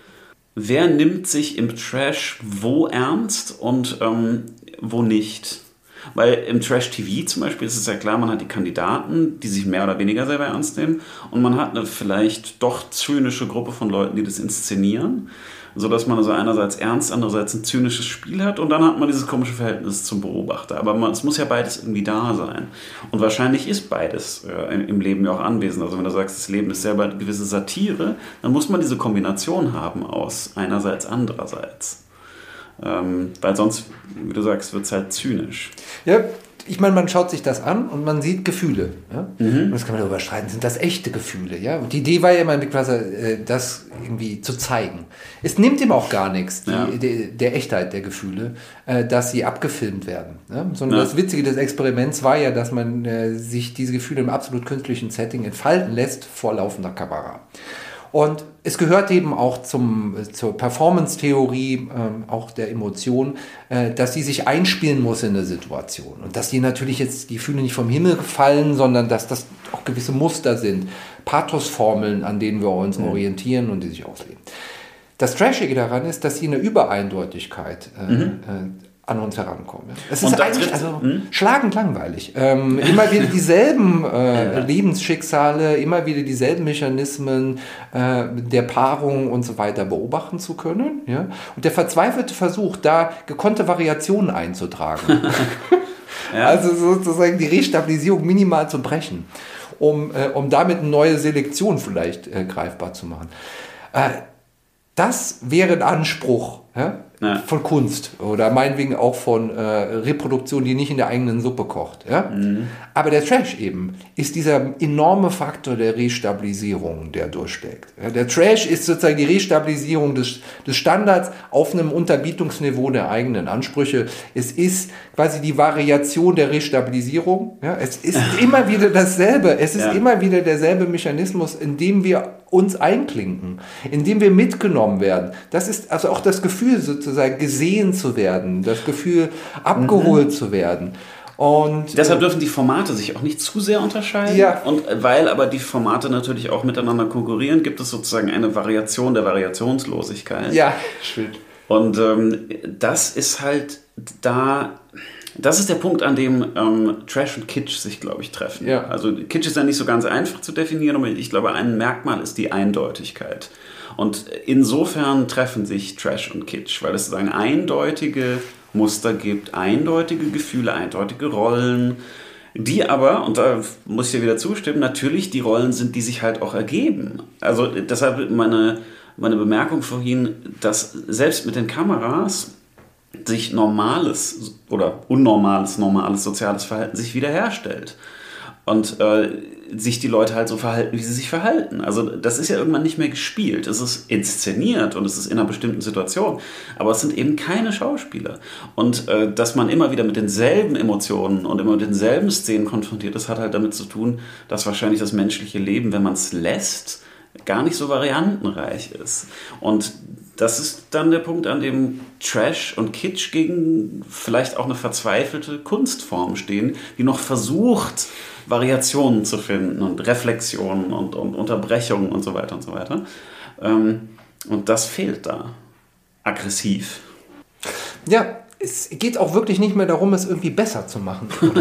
wer nimmt sich im Trash wo ernst und ähm, wo nicht? Weil im Trash-T V zum Beispiel ist es ja klar, man hat die Kandidaten, die sich mehr oder weniger selber ernst nehmen und man hat eine vielleicht doch zynische Gruppe von Leuten, die das inszenieren, sodass man also einerseits ernst, andererseits ein zynisches Spiel hat und dann hat man dieses komische Verhältnis zum Beobachter. Aber man, es muss ja beides irgendwie da sein. Und wahrscheinlich ist beides äh, im Leben ja auch anwesend. Also wenn du sagst, das Leben ist selber eine gewisse Satire, dann muss man diese Kombination haben aus einerseits, andererseits. Ähm, weil sonst, wie du sagst, wird es halt zynisch. Ja, ich meine, man schaut sich das an und man sieht Gefühle. Ja? Mhm. Und das kann man darüber streiten, sind das echte Gefühle? Ja? Und die Idee war ja immer, das irgendwie zu zeigen. Es nimmt ihm auch gar nichts, die, ja. die, der Echtheit der Gefühle, dass sie abgefilmt werden. Ja? Sondern ja. das Witzige des Experiments war ja, dass man sich diese Gefühle im absolut künstlichen Setting entfalten lässt vor laufender Kamera. Und es gehört eben auch zum, zur Performance-Theorie, ähm, auch der Emotion, äh, dass sie sich einspielen muss in eine Situation. Und dass die natürlich jetzt die Gefühle nicht vom Himmel fallen, sondern dass das auch gewisse Muster sind, Pathosformeln, an denen wir uns mhm. orientieren und die sich ausleben. Das Trashige daran ist, dass sie eine Übereindeutigkeit äh, mhm. äh, an uns herankommen. Es ist eigentlich also hm? schlagend langweilig. Ähm, immer wieder dieselben äh, ja. Lebensschicksale, immer wieder dieselben Mechanismen äh, der Paarung und so weiter beobachten zu können. Ja? Und der verzweifelte Versuch, da gekonnte Variationen einzutragen. ja. Also sozusagen die Restabilisierung minimal zu brechen, um, äh, um damit eine neue Selektion vielleicht äh, greifbar zu machen. Äh, das wäre ein Anspruch, ja? Ja. Von Kunst oder meinetwegen auch von äh, Reproduktion, die nicht in der eigenen Suppe kocht. Ja? Mhm. Aber der Trash eben ist dieser enorme Faktor der Restabilisierung, der durchsteckt. Ja? Der Trash ist sozusagen die Restabilisierung des, des Standards auf einem Unterbietungsniveau der eigenen Ansprüche. Es ist quasi die Variation der Restabilisierung. Ja? Es ist immer wieder dasselbe. Es ist ja. immer wieder derselbe Mechanismus, in dem wir uns einklinken, in dem wir mitgenommen werden. Das ist also auch das Gefühl sozusagen, gesehen zu werden, das Gefühl, abgeholt mhm. zu werden. Und deshalb dürfen die Formate sich auch nicht zu sehr unterscheiden. Ja. Und weil aber die Formate natürlich auch miteinander konkurrieren, gibt es sozusagen eine Variation der Variationslosigkeit. Ja, schön. Und ähm, das ist halt da, das ist der Punkt, an dem ähm, Trash und Kitsch sich, glaube ich, treffen. Ja. Also Kitsch ist ja nicht so ganz einfach zu definieren, aber ich glaube, ein Merkmal ist die Eindeutigkeit. Und insofern treffen sich Trash und Kitsch, weil es sozusagen eindeutige Muster gibt, eindeutige Gefühle, eindeutige Rollen, die aber, und da muss ich dir wieder zustimmen, natürlich die Rollen sind, die sich halt auch ergeben. Also deshalb meine, meine Bemerkung vorhin, dass selbst mit den Kameras sich normales oder unnormales, normales soziales Verhalten sich wiederherstellt. und äh, sich die Leute halt so verhalten, wie sie sich verhalten. Also das ist ja irgendwann nicht mehr gespielt. Es ist inszeniert und es ist in einer bestimmten Situation. Aber es sind eben keine Schauspieler. Und äh, dass man immer wieder mit denselben Emotionen und immer mit denselben Szenen konfrontiert ist, hat halt damit zu tun, dass wahrscheinlich das menschliche Leben, wenn man es lässt, gar nicht so variantenreich ist. Und das ist dann der Punkt, an dem Trash und Kitsch gegen vielleicht auch eine verzweifelte Kunstform stehen, die noch versucht, Variationen zu finden und Reflexionen und, und Unterbrechungen und so weiter und so weiter. Ähm, und das fehlt da. Aggressiv. Ja, es geht auch wirklich nicht mehr darum, es irgendwie besser zu machen. Oder?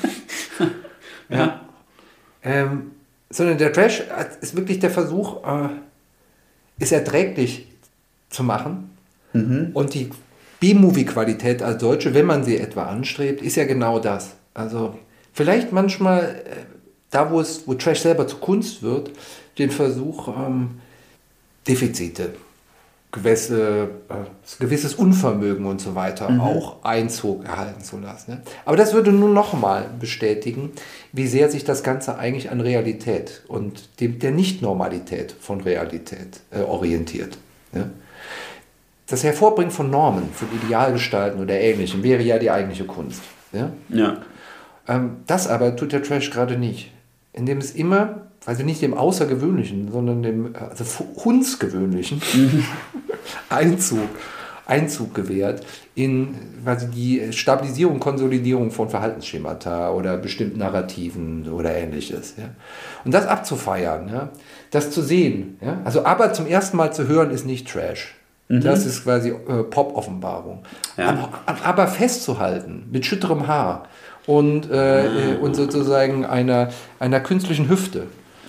ja. ja. Ähm, sondern der Trash ist wirklich der Versuch, äh, es erträglich zu machen. Mhm. Und die B-Movie-Qualität als solche, wenn man sie etwa anstrebt, ist ja genau das. Also vielleicht manchmal, äh, da wo es, wo Trash selber zur Kunst wird, den Versuch, ähm, Defizite, gewisse, äh, gewisses Unvermögen und so weiter mhm. auch Einzug erhalten zu lassen. Ne? Aber das würde nur nochmal bestätigen, wie sehr sich das Ganze eigentlich an Realität und dem, der Nicht-Normalität von Realität äh, orientiert. Ne? Das Hervorbringen von Normen, von Idealgestalten oder Ähnlichem wäre ja die eigentliche Kunst. Ja? Ja. Ähm, das aber tut der Trash gerade nicht. Indem es immer, also nicht dem Außergewöhnlichen, sondern dem also Hundsgewöhnlichen mhm. Einzug, Einzug gewährt in quasi die Stabilisierung, Konsolidierung von Verhaltensschemata oder bestimmten Narrativen oder Ähnliches. Ja? Und das abzufeiern, ja? Das zu sehen. Ja? Also aber zum ersten Mal zu hören ist nicht Trash. Mhm. Das ist quasi äh, Pop-Offenbarung. Ja. Aber, aber festzuhalten mit schütterem Haar und, äh, und sozusagen einer, einer künstlichen Hüfte.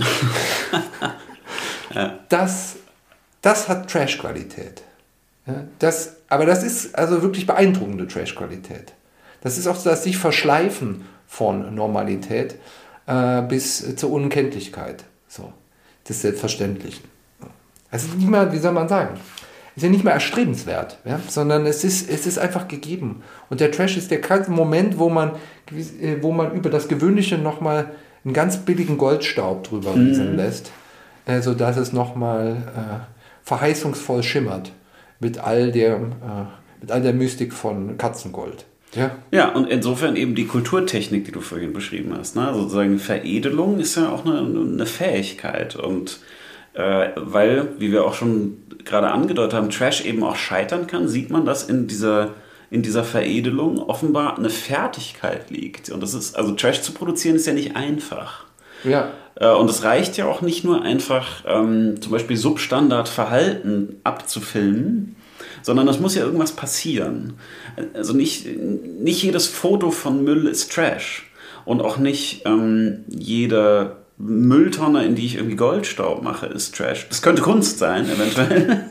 ja. das, das hat Trash-Qualität. Ja, das, aber das ist also wirklich beeindruckende Trash-Qualität. Das ist auch das sich Verschleifen von Normalität äh, bis zur Unkenntlichkeit so, des Selbstverständlichen. Also nicht mal, wie soll man sagen, ist ja nicht mehr erstrebenswert, ja? Sondern es ist, es ist einfach gegeben. Und der Trash ist der kalte Moment, wo man, wo man über das Gewöhnliche nochmal einen ganz billigen Goldstaub drüber rieseln mhm. lässt, äh, sodass es nochmal äh, verheißungsvoll schimmert mit all, der, äh, mit all der Mystik von Katzengold. Ja. ja, und insofern eben die Kulturtechnik, die du vorhin beschrieben hast. Ne? Also sozusagen Veredelung ist ja auch eine, eine Fähigkeit. Und äh, weil, wie wir auch schon gerade angedeutet haben, Trash eben auch scheitern kann, sieht man, dass in dieser, in dieser Veredelung offenbar eine Fertigkeit liegt. Und das ist, also Trash zu produzieren ist ja nicht einfach. Ja. Äh, und es reicht ja auch nicht nur einfach, ähm, zum Beispiel Substandardverhalten abzufilmen, sondern es muss ja irgendwas passieren. Also nicht, nicht jedes Foto von Müll ist Trash. Und auch nicht ähm, jede Mülltonne, in die ich irgendwie Goldstaub mache, ist Trash. Das könnte Kunst sein, eventuell.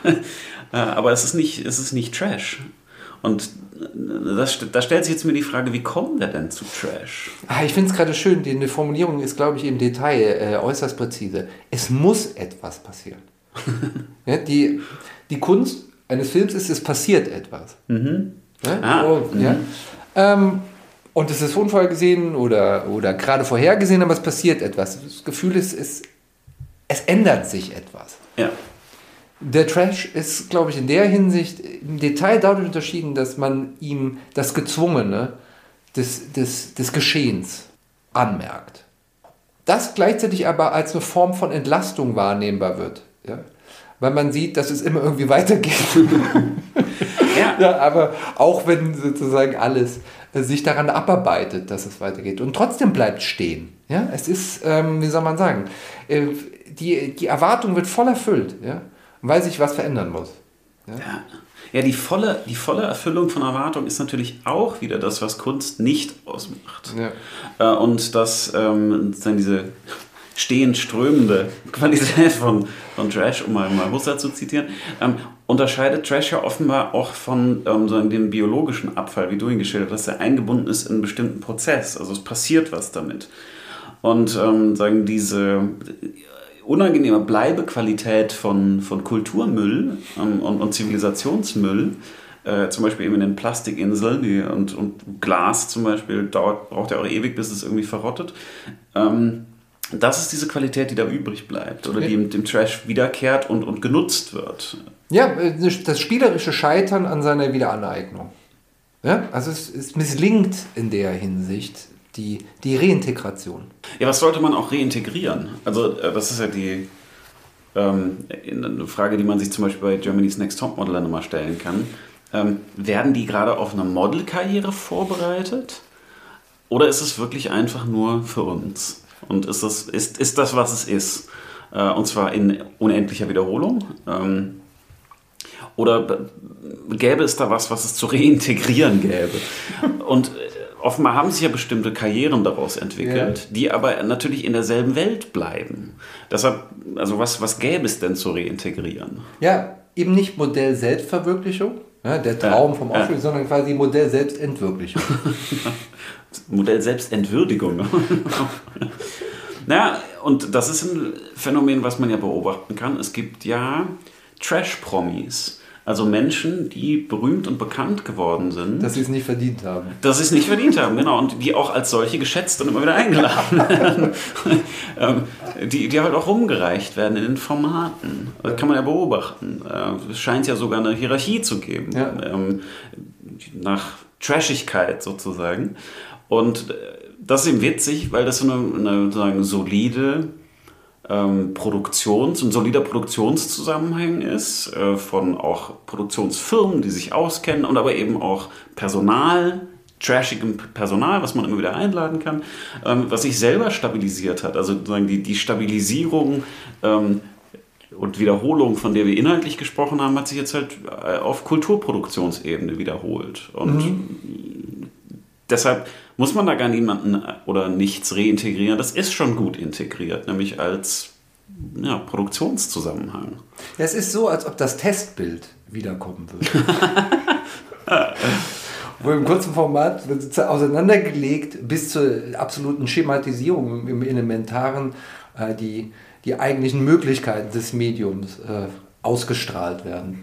Aber es ist nicht, es ist nicht Trash. Und das, da stellt sich jetzt mir die Frage, wie kommen wir denn zu Trash? Ah, ich finde es gerade schön, die, die Formulierung ist, glaube ich, im Detail äh, äußerst präzise. Es muss etwas passieren. ja, die, die Kunst eines Films ist, es passiert etwas. Mhm. Ja? Ah, oh, mhm. ja? Ähm, und es ist unvorhergesehen oder, oder gerade vorhergesehen, aber es passiert etwas. Das Gefühl ist, es, es ändert sich etwas. Ja. Der Trash ist, glaube ich, in der Hinsicht im Detail dadurch unterschieden, dass man ihm das Gezwungene des, des, des Geschehens anmerkt. Das gleichzeitig aber als eine Form von Entlastung wahrnehmbar wird. Ja? Weil man sieht, dass es immer irgendwie weitergeht. ja. ja, aber auch wenn sozusagen alles äh, sich daran abarbeitet, dass es weitergeht. Und trotzdem bleibt stehen. Ja? Es ist, ähm, wie soll man sagen, äh, die, die Erwartung wird voll erfüllt. Ja? Weil sich was verändern muss. Ja, ja. ja die, volle, die volle Erfüllung von Erwartung ist natürlich auch wieder das, was Kunst nicht ausmacht. Ja. Äh, und dass ähm, diese stehend strömende Qualität von, von Trash, um mal, mal Husserl zu zitieren, ähm, unterscheidet Trash ja offenbar auch von ähm, so dem biologischen Abfall, wie du ihn geschildert hast, der eingebunden ist in einen bestimmten Prozess. Also es passiert was damit. Und ähm, sagen diese unangenehme Bleibequalität von, von Kulturmüll ähm, und, und Zivilisationsmüll äh, zum Beispiel eben in den Plastikinseln die, und, und Glas zum Beispiel dauert, braucht ja auch ewig, bis es irgendwie verrottet. Ähm, das ist diese Qualität, die da übrig bleibt oder die im, dem Trash wiederkehrt und, und genutzt wird. Ja, das spielerische Scheitern an seiner Wiederaneignung. Ja, also es, es misslingt in der Hinsicht die, die Reintegration. Ja, was sollte man auch reintegrieren? Also das ist ja die ähm, eine Frage, die man sich zum Beispiel bei Germany's Next Topmodel dann immer stellen kann. Ähm, werden die gerade auf eine Modelkarriere vorbereitet? Oder ist es wirklich einfach nur für uns? Und ist das, ist, ist das was es ist? Äh, und zwar in unendlicher Wiederholung? Ähm, Oder gäbe es da was, was es zu reintegrieren gäbe? Und offenbar haben sich ja bestimmte Karrieren daraus entwickelt, ja. die aber natürlich in derselben Welt bleiben. Deshalb, also was, was gäbe es denn zu reintegrieren? Ja, eben nicht Modell Selbstverwirklichung, ja, der Traum ja, vom Ausflug, ja. sondern quasi Modell Selbstentwirklichung. Modell Selbstentwürdigung. Naja, und das ist ein Phänomen, was man ja beobachten kann. Es gibt ja Trash-Promis. Also Menschen, die berühmt und bekannt geworden sind. Dass sie es nicht verdient haben. Dass sie es nicht verdient haben, genau. Und die auch als solche geschätzt und immer wieder eingeladen werden. die, die halt auch rumgereicht werden in den Formaten. Das kann man ja beobachten. Es scheint ja sogar eine Hierarchie zu geben. Ja. Nach Trashigkeit sozusagen. Und das ist eben witzig, weil das so eine, eine sozusagen solide Ähm, Produktions- und solider Produktionszusammenhang ist, äh, von auch Produktionsfirmen, die sich auskennen und aber eben auch Personal, trashigem Personal, was man immer wieder einladen kann, ähm, was sich selber stabilisiert hat. Also sozusagen die, die Stabilisierung ähm, und Wiederholung, von der wir inhaltlich gesprochen haben, hat sich jetzt halt auf Kulturproduktionsebene wiederholt. Und mhm. deshalb muss man da gar niemanden oder nichts reintegrieren. Das ist schon gut integriert, nämlich als ja, Produktionszusammenhang. Ja, es ist so, als ob das Testbild wiederkommen würde. Wo im kurzen Format wird auseinandergelegt bis zur absoluten Schematisierung im Elementaren äh, die, die eigentlichen Möglichkeiten des Mediums äh, ausgestrahlt werden.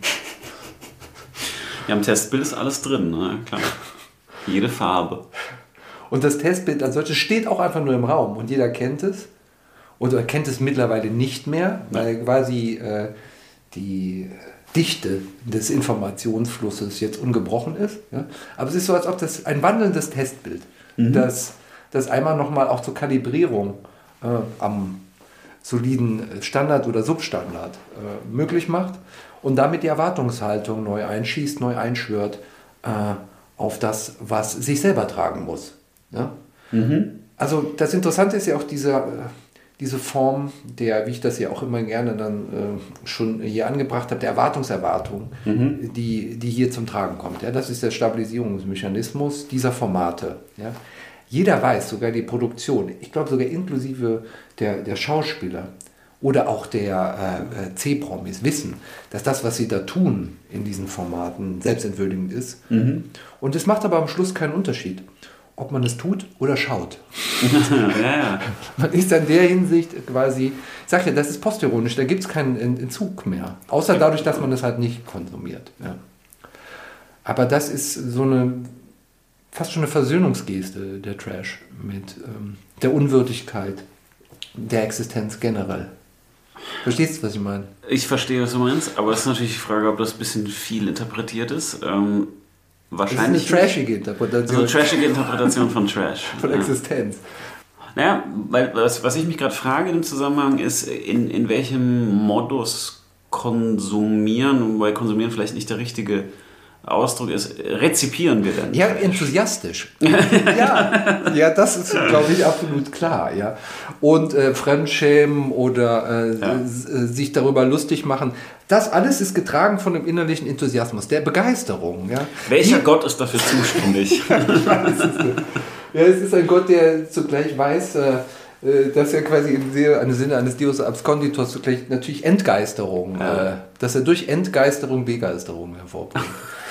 Ja, im Testbild ist alles drin, ne? Klar. Jede Farbe. Und das Testbild als solches steht auch einfach nur im Raum und jeder kennt es. Oder kennt es mittlerweile nicht mehr, weil quasi äh, die Dichte des Informationsflusses jetzt ungebrochen ist. Ja? Aber es ist so, als ob das ein wandelndes Testbild, mhm. das, das einmal nochmal auch zur Kalibrierung äh, am soliden Standard oder Substandard äh, möglich macht und damit die Erwartungshaltung neu einschießt, neu einschwört äh, auf das, was sich selber tragen muss. Ja? Mhm. Also das Interessante ist ja auch diese, diese Form der, wie ich das ja auch immer gerne dann äh, schon hier angebracht habe, der Erwartungserwartung, mhm. die, die hier zum Tragen kommt. Ja? Das ist der Stabilisierungsmechanismus dieser Formate. Ja? Jeder weiß, sogar die Produktion, ich glaube sogar inklusive der, der Schauspieler oder auch der äh, C-Promis wissen, dass das, was sie da tun in diesen Formaten, selbstentwürdigend ist. Mhm. Und es macht aber am Schluss keinen Unterschied, ob man es tut oder schaut. ja, ja. Man ist in der Hinsicht quasi, ich sag ja, das ist postironisch, da gibt es keinen Entzug mehr. Außer dadurch, dass man es halt nicht konsumiert. Ja. Aber das ist so eine, fast schon eine Versöhnungsgeste, der Trash, mit ähm, der Unwürdigkeit der Existenz generell. Verstehst du, was ich meine? Ich verstehe, was du meinst, aber es ist natürlich die Frage, ob das ein bisschen viel interpretiert ist. Ähm, wahrscheinlich. Das ist eine trashige Interpretation. Also eine trashige Interpretation von Trash. Von ja. Existenz. Naja, weil was, was ich mich gerade frage im Zusammenhang ist, in, in welchem Modus konsumieren, weil konsumieren vielleicht nicht der richtige Ausdruck ist, rezipieren wir denn? Ja, enthusiastisch. ja, ja, das ist, glaube ich, absolut klar. Ja. Und äh, Fremdschämen oder äh, ja. s- sich darüber lustig machen, das alles ist getragen von dem innerlichen Enthusiasmus, der Begeisterung. Ja. Welcher Die, Gott ist dafür zuständig? ich weiß es nicht. Ja, es ist ein Gott, der zugleich weiß, äh, dass er quasi im Sinne eines Deus Absconditus zugleich natürlich Entgeisterung, ja. äh, dass er durch Entgeisterung Begeisterung hervorbringt.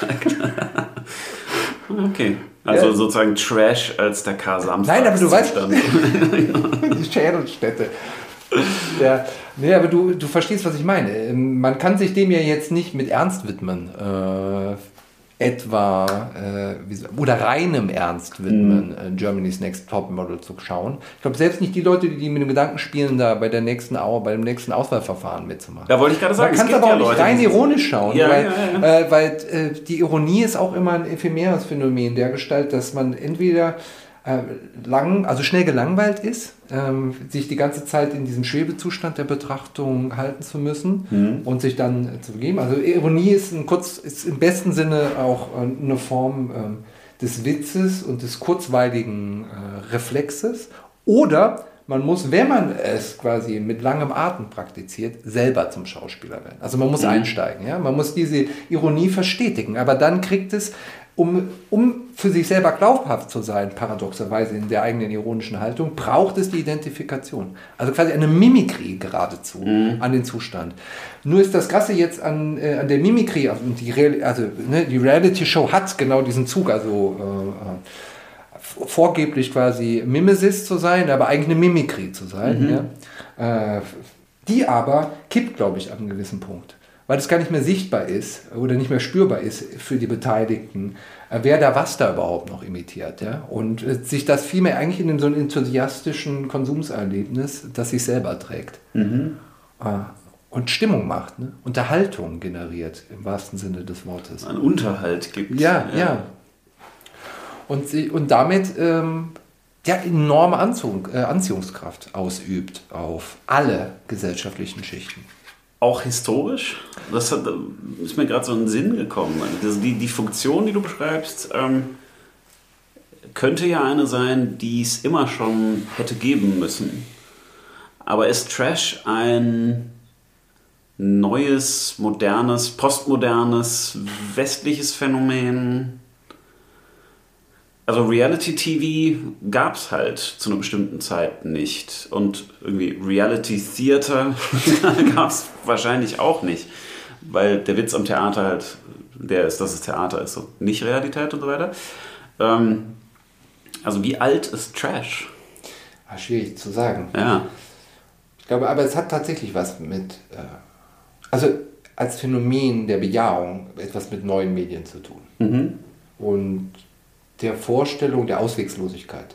Okay, also ja. sozusagen Trash als der K-Samstag. Nein, aber du weißt, die Schädelstätte. Ja, nee, aber du, du verstehst, was ich meine. Man kann sich dem ja jetzt nicht mit Ernst widmen. Äh, etwa äh, wie, oder reinem Ernst widmen, mm. äh, Germany's Next Topmodel zu schauen. Ich glaube, selbst nicht die Leute, die mit dem Gedanken spielen, da bei der nächsten Au- bei dem nächsten Auswahlverfahren mitzumachen. Da wollte ich gerade sagen, man kann aber ja auch nicht Leute, rein ironisch schauen, ja, weil, ja, ja. Äh, weil äh, die Ironie ist auch immer ein ephemeres Phänomen der Gestalt, dass man entweder äh, lang, also schnell gelangweilt ist, ähm, sich die ganze Zeit in diesem Schwebezustand der Betrachtung halten zu müssen mhm. und sich dann äh, zu begeben. Also Ironie ist, ein kurz, ist im besten Sinne auch äh, eine Form ähm, des Witzes und des kurzweiligen äh, Reflexes. Oder man muss, wenn man es quasi mit langem Atem praktiziert, selber zum Schauspieler werden. Also man muss mhm. einsteigen, ja? Man muss diese Ironie verstetigen, aber dann kriegt es, um, um für sich selber glaubhaft zu sein, paradoxerweise in der eigenen ironischen Haltung, braucht es die Identifikation. Also quasi eine Mimikrie geradezu mhm. an den Zustand. Nur ist das Krasse jetzt an, äh, an der Mimikrie, also die, Real, also, ne, die Reality-Show hat genau diesen Zug, also äh, vorgeblich quasi Mimesis zu sein, aber eigentlich eine Mimikrie zu sein. Mhm. Ja? Äh, die aber kippt, glaube ich, an einem gewissen Punkt. Weil es gar nicht mehr sichtbar ist oder nicht mehr spürbar ist für die Beteiligten, äh, wer da was da überhaupt noch imitiert. Ja? Und äh, sich das vielmehr eigentlich in so einem enthusiastischen Konsumserlebnis, das sich selber trägt. Mhm. Äh, und Stimmung macht, ne? Unterhaltung generiert, im wahrsten Sinne des Wortes. Ein Unterhalt gibt. Ja, ja. ja. Und, sie, und damit ähm, ja, enorme Anziehung, äh, Anziehungskraft ausübt auf alle gesellschaftlichen Schichten. Auch historisch? Das hat, ist mir gerade so in den Sinn gekommen. Also die, die Funktion, die du beschreibst, ähm, könnte ja eine sein, die es immer schon hätte geben müssen. Aber ist Trash ein neues, modernes, postmodernes, westliches Phänomen? Also Reality-T V gab es halt zu einer bestimmten Zeit nicht. Und irgendwie Reality-Theater gab es wahrscheinlich auch nicht. Weil der Witz am Theater halt der ist, dass es Theater ist und nicht Realität und so weiter. Ähm, also wie alt ist Trash? Ach, schwierig zu sagen. Ja. Ich glaube, aber es hat tatsächlich was mit, äh, also als Phänomen der Bejahung etwas mit neuen Medien zu tun. Mhm. Und der Vorstellung der Auswegslosigkeit.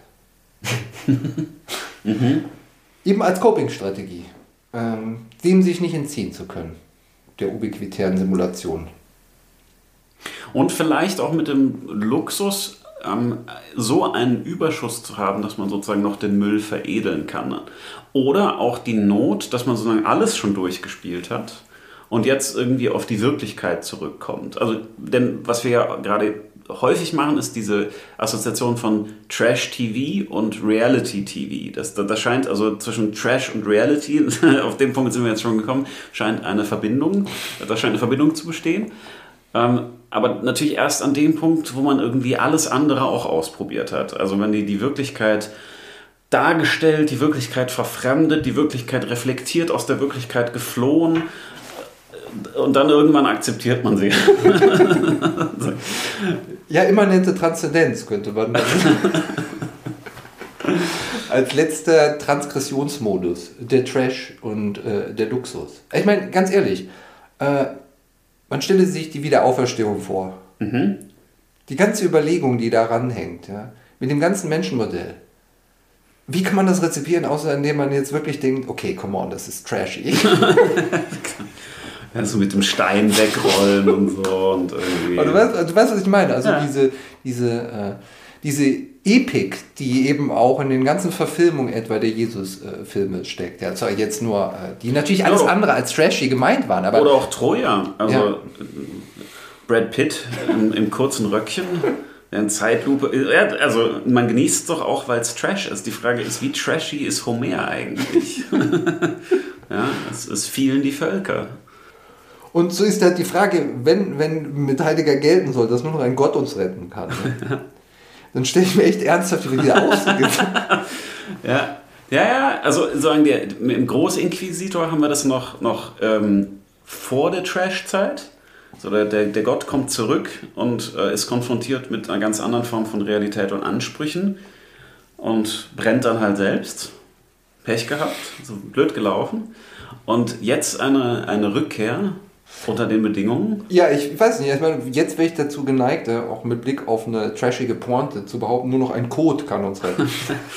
mhm. Eben als Coping-Strategie, ähm, dem sich nicht entziehen zu können, der ubiquitären Simulation. Und vielleicht auch mit dem Luxus, ähm, so einen Überschuss zu haben, dass man sozusagen noch den Müll veredeln kann. Oder auch die Not, dass man sozusagen alles schon durchgespielt hat und jetzt irgendwie auf die Wirklichkeit zurückkommt. Also, denn was wir ja gerade häufig machen, ist diese Assoziation von Trash-T V und Reality-T V. Das, das scheint also zwischen Trash und Reality, auf den Punkt sind wir jetzt schon gekommen, scheint eine Verbindung, da scheint eine Verbindung zu bestehen. Ähm, aber natürlich erst an dem Punkt, wo man irgendwie alles andere auch ausprobiert hat. Also wenn die, die Wirklichkeit dargestellt, die Wirklichkeit verfremdet, die Wirklichkeit reflektiert, aus der Wirklichkeit geflohen, und dann irgendwann akzeptiert man sie. Ja, immanente Transzendenz könnte man als letzter Transgressionsmodus, der Trash und äh, der Luxus. Ich meine, ganz ehrlich, äh, man stelle sich die Wiederauferstehung vor. Mhm. Die ganze Überlegung, die daran hängt, ja, mit dem ganzen Menschenmodell. Wie kann man das rezipieren, außer indem man jetzt wirklich denkt, okay, come on, das ist trashy. Ja, so mit dem Stein wegrollen und so. Und irgendwie. Aber du weißt, du weißt, was ich meine. Also ja. diese, diese, äh, diese Epik, die eben auch in den ganzen Verfilmungen etwa der Jesus-Filme steckt. Ja, zwar jetzt nur, äh, die natürlich alles oh. andere als trashy gemeint waren. Aber oder auch Troja. Also ja. Brad Pitt im, im kurzen Röckchen. In Zeitlupe. Also man genießt es doch auch, weil es Trash ist. Die Frage ist, wie trashy ist Homer eigentlich? Ja, es, es fielen die Völker. Und so ist halt die Frage, wenn, wenn mit Heidegger gelten soll, dass nur noch ein Gott uns retten kann, ne? Dann stelle ich mir echt ernsthaft die wieder aus. ja. ja, ja, also sagen wir, im Großinquisitor haben wir das noch, noch ähm, vor der Trash-Zeit. So der, der, der Gott kommt zurück und äh, ist konfrontiert mit einer ganz anderen Form von Realität und Ansprüchen und brennt dann halt selbst. Pech gehabt, so blöd gelaufen. Und jetzt eine, eine Rückkehr Unter den Bedingungen? Ja, ich weiß nicht. Ich meine, jetzt wäre ich dazu geneigt, auch mit Blick auf eine trashige Pointe zu behaupten, nur noch ein Code kann uns retten.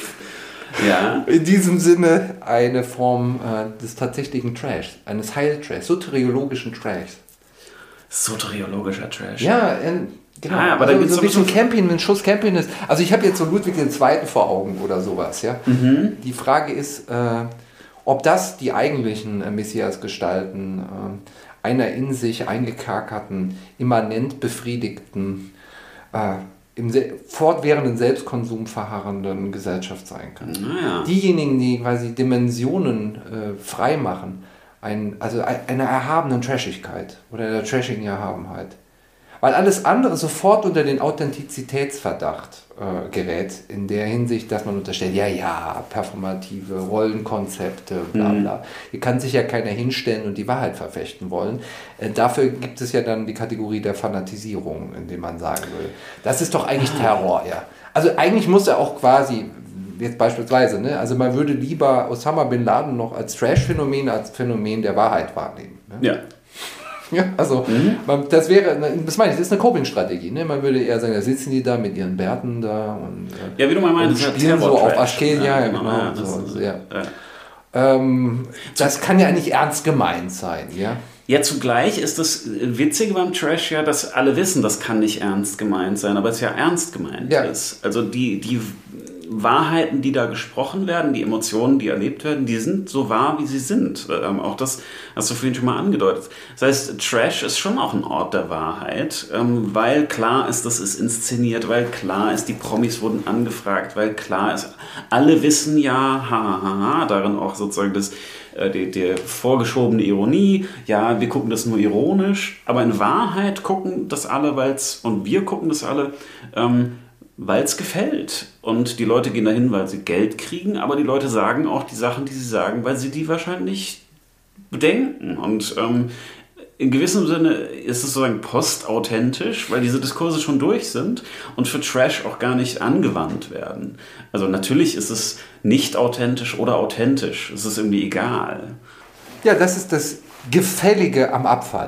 Ja. In diesem Sinne eine Form äh, des tatsächlichen Trashs, eines Heiltrashs, soteriologischen Trashs. Soteriologischer Trash. Ja, ähm, genau. Ah, aber also, da gibt's so ein bisschen Camping, ein Schuss Camping ist. Also ich habe jetzt so Ludwig der Zweite vor Augen oder sowas. Ja. Mhm. Die Frage ist, äh, ob das die eigentlichen äh, Messias-Gestalten äh, einer in sich eingekerkerten, immanent befriedigten, äh, im se- fortwährenden Selbstkonsum verharrenden Gesellschaft sein kann. Naja. Diejenigen, die quasi Dimensionen äh, frei machen, ein, also ein- einer erhabenen Trashigkeit oder einer trashigen Erhabenheit. Weil alles andere sofort unter den Authentizitätsverdacht äh, gerät, in der Hinsicht, dass man unterstellt, ja, ja, performative Rollenkonzepte, bla bla. Mhm. Hier kann sich ja keiner hinstellen und die Wahrheit verfechten wollen. Äh, dafür gibt es ja dann die Kategorie der Fanatisierung, in dem man sagen will, das ist doch eigentlich Terror, ja. Also eigentlich muss er auch quasi, jetzt beispielsweise, ne, also man würde lieber Osama Bin Laden noch als Trash-Phänomen, als Phänomen der Wahrheit wahrnehmen. Ne? Ja. Ja, also mhm. man, das wäre, das meine ich, das ist eine Coping-Strategie. Ne? Man würde eher sagen, da sitzen die da mit ihren Bärten da und, ja, wie du mal meinst, und spielen so auf Aschkel, ja, ja, genau. genau. Ja, so, ist, so, ja. ja. Ähm, das kann ja nicht ernst gemeint sein, ja. Ja, zugleich ist das Witzige beim Trash ja, dass alle wissen, das kann nicht ernst gemeint sein, aber es ja ernst gemeint ja. ist. Also die, die Wahrheiten, die da gesprochen werden, die Emotionen, die erlebt werden, die sind so wahr, wie sie sind. Ähm, auch das hast du vorhin schon mal angedeutet. Das heißt, Trash ist schon auch ein Ort der Wahrheit, ähm, weil klar ist, das ist inszeniert, weil klar ist, die Promis wurden angefragt, weil klar ist, alle wissen ja, ha, ha, ha, darin auch sozusagen das Die, die vorgeschobene Ironie, ja, wir gucken das nur ironisch, aber in Wahrheit gucken das alle, weil's, und wir gucken das alle, ähm, weil es gefällt. Und die Leute gehen dahin, weil sie Geld kriegen, aber die Leute sagen auch die Sachen, die sie sagen, weil sie die wahrscheinlich bedenken. Und ähm, in gewissem Sinne ist es sozusagen postauthentisch, weil diese Diskurse schon durch sind und für Trash auch gar nicht angewandt werden. Also natürlich ist es nicht authentisch oder authentisch. Es ist irgendwie egal. Ja, das ist das Gefällige am Abfall.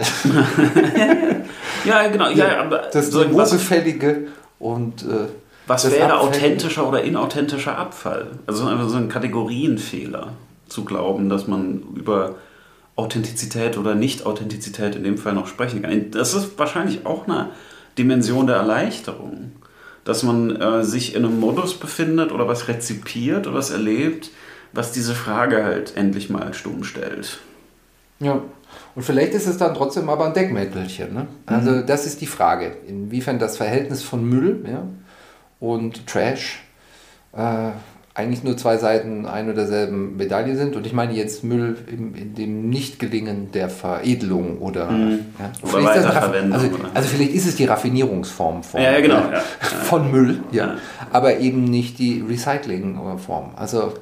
Ja, genau. Ja, aber das so Gefällige und äh, was wäre authentischer oder inauthentischer Abfall? Also einfach so ein Kategorienfehler zu glauben, dass man über Authentizität oder Nicht-Authentizität in dem Fall noch sprechen kann. Das ist wahrscheinlich auch eine Dimension der Erleichterung, dass man äh, sich in einem Modus befindet oder was rezipiert oder was erlebt, was diese Frage halt endlich mal stumm stellt. Ja, und vielleicht ist es dann trotzdem aber ein Deckmäntelchen. Ne? Also mhm. das ist die Frage, inwiefern das Verhältnis von Müll ja, und Trash äh, eigentlich nur zwei Seiten ein oder derselben Medaille sind. Und ich meine jetzt Müll in, in dem Nichtgelingen der Veredelung oder, mhm. ja, oder Weiterverwendung. Also, also vielleicht ist es die Raffinierungsform von, ja, ja, genau. äh, ja. von Müll, ja, ja. aber eben nicht die Recyclingform. Also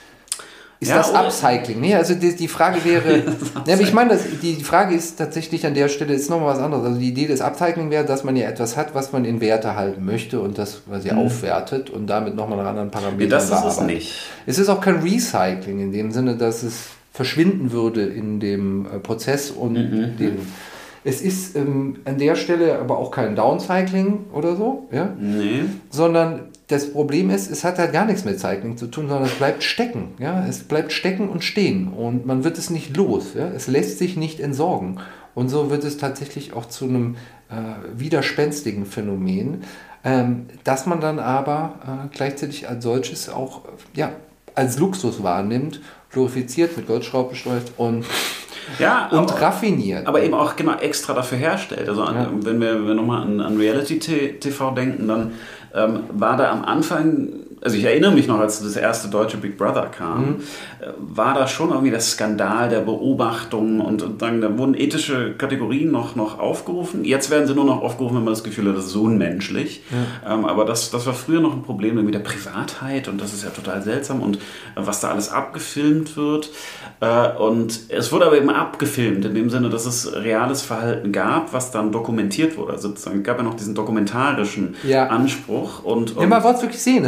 ist ja, das oder? Upcycling? Nee, also die, die Frage wäre, ja, aber ich meine, das, die, die Frage ist tatsächlich an der Stelle ist nochmal was anderes. Also die Idee des Upcycling wäre, dass man ja etwas hat, was man in Werte halten möchte und das quasi mhm. aufwertet und damit nochmal einen anderen Parameter nee, das bearbeitet. ist es nicht. Es ist auch kein Recycling in dem Sinne, dass es verschwinden würde in dem äh, Prozess und mhm. dem... Es ist ähm, an der Stelle aber auch kein Downcycling oder so, ja? Nee. Sondern das Problem ist, es hat halt gar nichts mit Cycling zu tun, sondern es bleibt stecken. Ja? Es bleibt stecken und stehen und man wird es nicht los. Ja? Es lässt sich nicht entsorgen. Und so wird es tatsächlich auch zu einem äh, widerspenstigen Phänomen, ähm, das man dann aber äh, gleichzeitig als solches auch äh, ja, als Luxus wahrnimmt, glorifiziert, mit Goldschraub bestreift und Ja, und aber, raffiniert. Aber eben auch genau extra dafür herstellt. Also an, ja. wenn wir, wenn wir nochmal an, an Reality-T V denken, dann ähm, war da am Anfang, also ich erinnere mich noch, als das erste deutsche Big Brother kam, mhm. äh, war da schon irgendwie der Skandal der Beobachtung und, und dann da wurden ethische Kategorien noch, noch aufgerufen. Jetzt werden sie nur noch aufgerufen, wenn man das Gefühl hat, das ist so unmenschlich. Ja. Ähm, aber das, das war früher noch ein Problem mit der Privatheit und das ist ja total seltsam und äh, was da alles abgefilmt wird. Äh, und es wurde aber eben abgefilmt, in dem Sinne, dass es reales Verhalten gab, was dann dokumentiert wurde. Also es gab ja noch diesen dokumentarischen ja. Anspruch. Und, und ja, man wollte es wirklich sehen. Es war ein Experiment.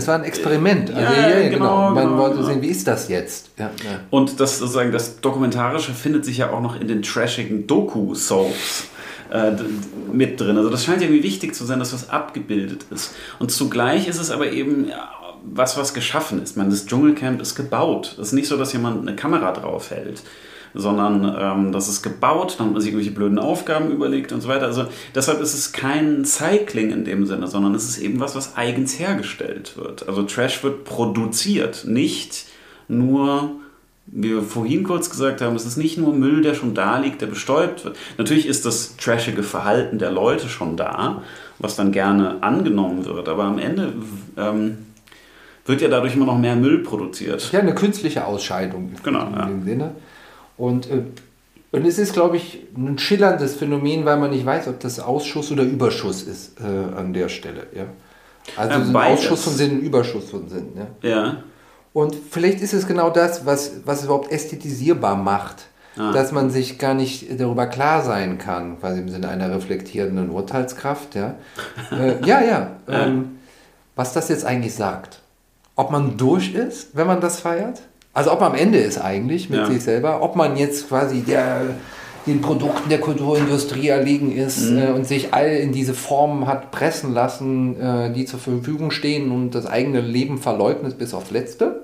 Experiment. Also, ja, ja, ja, genau, genau. Man genau, wollte genau. sehen, wie ist das jetzt? Ja, ja. Und das sozusagen das Dokumentarische findet sich ja auch noch in den trashigen Doku-Soaps äh, d- mit drin. Also das scheint irgendwie wichtig zu sein, dass was abgebildet ist. Und zugleich ist es aber eben ja, was, was geschaffen ist. Ich meine, das Dschungelcamp ist gebaut. Es ist nicht so, dass jemand eine Kamera drauf hält, sondern ähm, das ist gebaut, dann hat man sich irgendwelche blöden Aufgaben überlegt und so weiter. Also deshalb ist es kein Cycling in dem Sinne, sondern es ist eben was, was eigens hergestellt wird. Also Trash wird produziert, nicht nur, wie wir vorhin kurz gesagt haben, es ist nicht nur Müll, der schon da liegt, der bestäubt wird. Natürlich ist das trashige Verhalten der Leute schon da, was dann gerne angenommen wird, aber am Ende ähm, wird ja dadurch immer noch mehr Müll produziert. Ja, eine künstliche Ausscheidung Genau, in ja. dem Sinne. Und, äh, und es ist, glaube ich, ein schillerndes Phänomen, weil man nicht weiß, ob das Ausschuss oder Überschuss ist äh, an der Stelle. Ja? Also Ja, ein beides. Ausschuss von Sinn, ein Überschuss von Sinn. Ja? Ja. Und vielleicht ist es genau das, was, was es überhaupt ästhetisierbar macht. Ah. Dass man sich gar nicht darüber klar sein kann, quasi im Sinne einer reflektierenden Urteilskraft. Ja, äh, ja, ja ähm, was das jetzt eigentlich sagt. Ob man durch ist, wenn man das feiert? Also ob man am Ende ist eigentlich mit Ja. sich selber, ob man jetzt quasi der, den Produkten der Kulturindustrie erlegen ist Mhm. äh, und sich all in diese Formen hat pressen lassen, äh, die zur Verfügung stehen und das eigene Leben verleugnet bis aufs Letzte.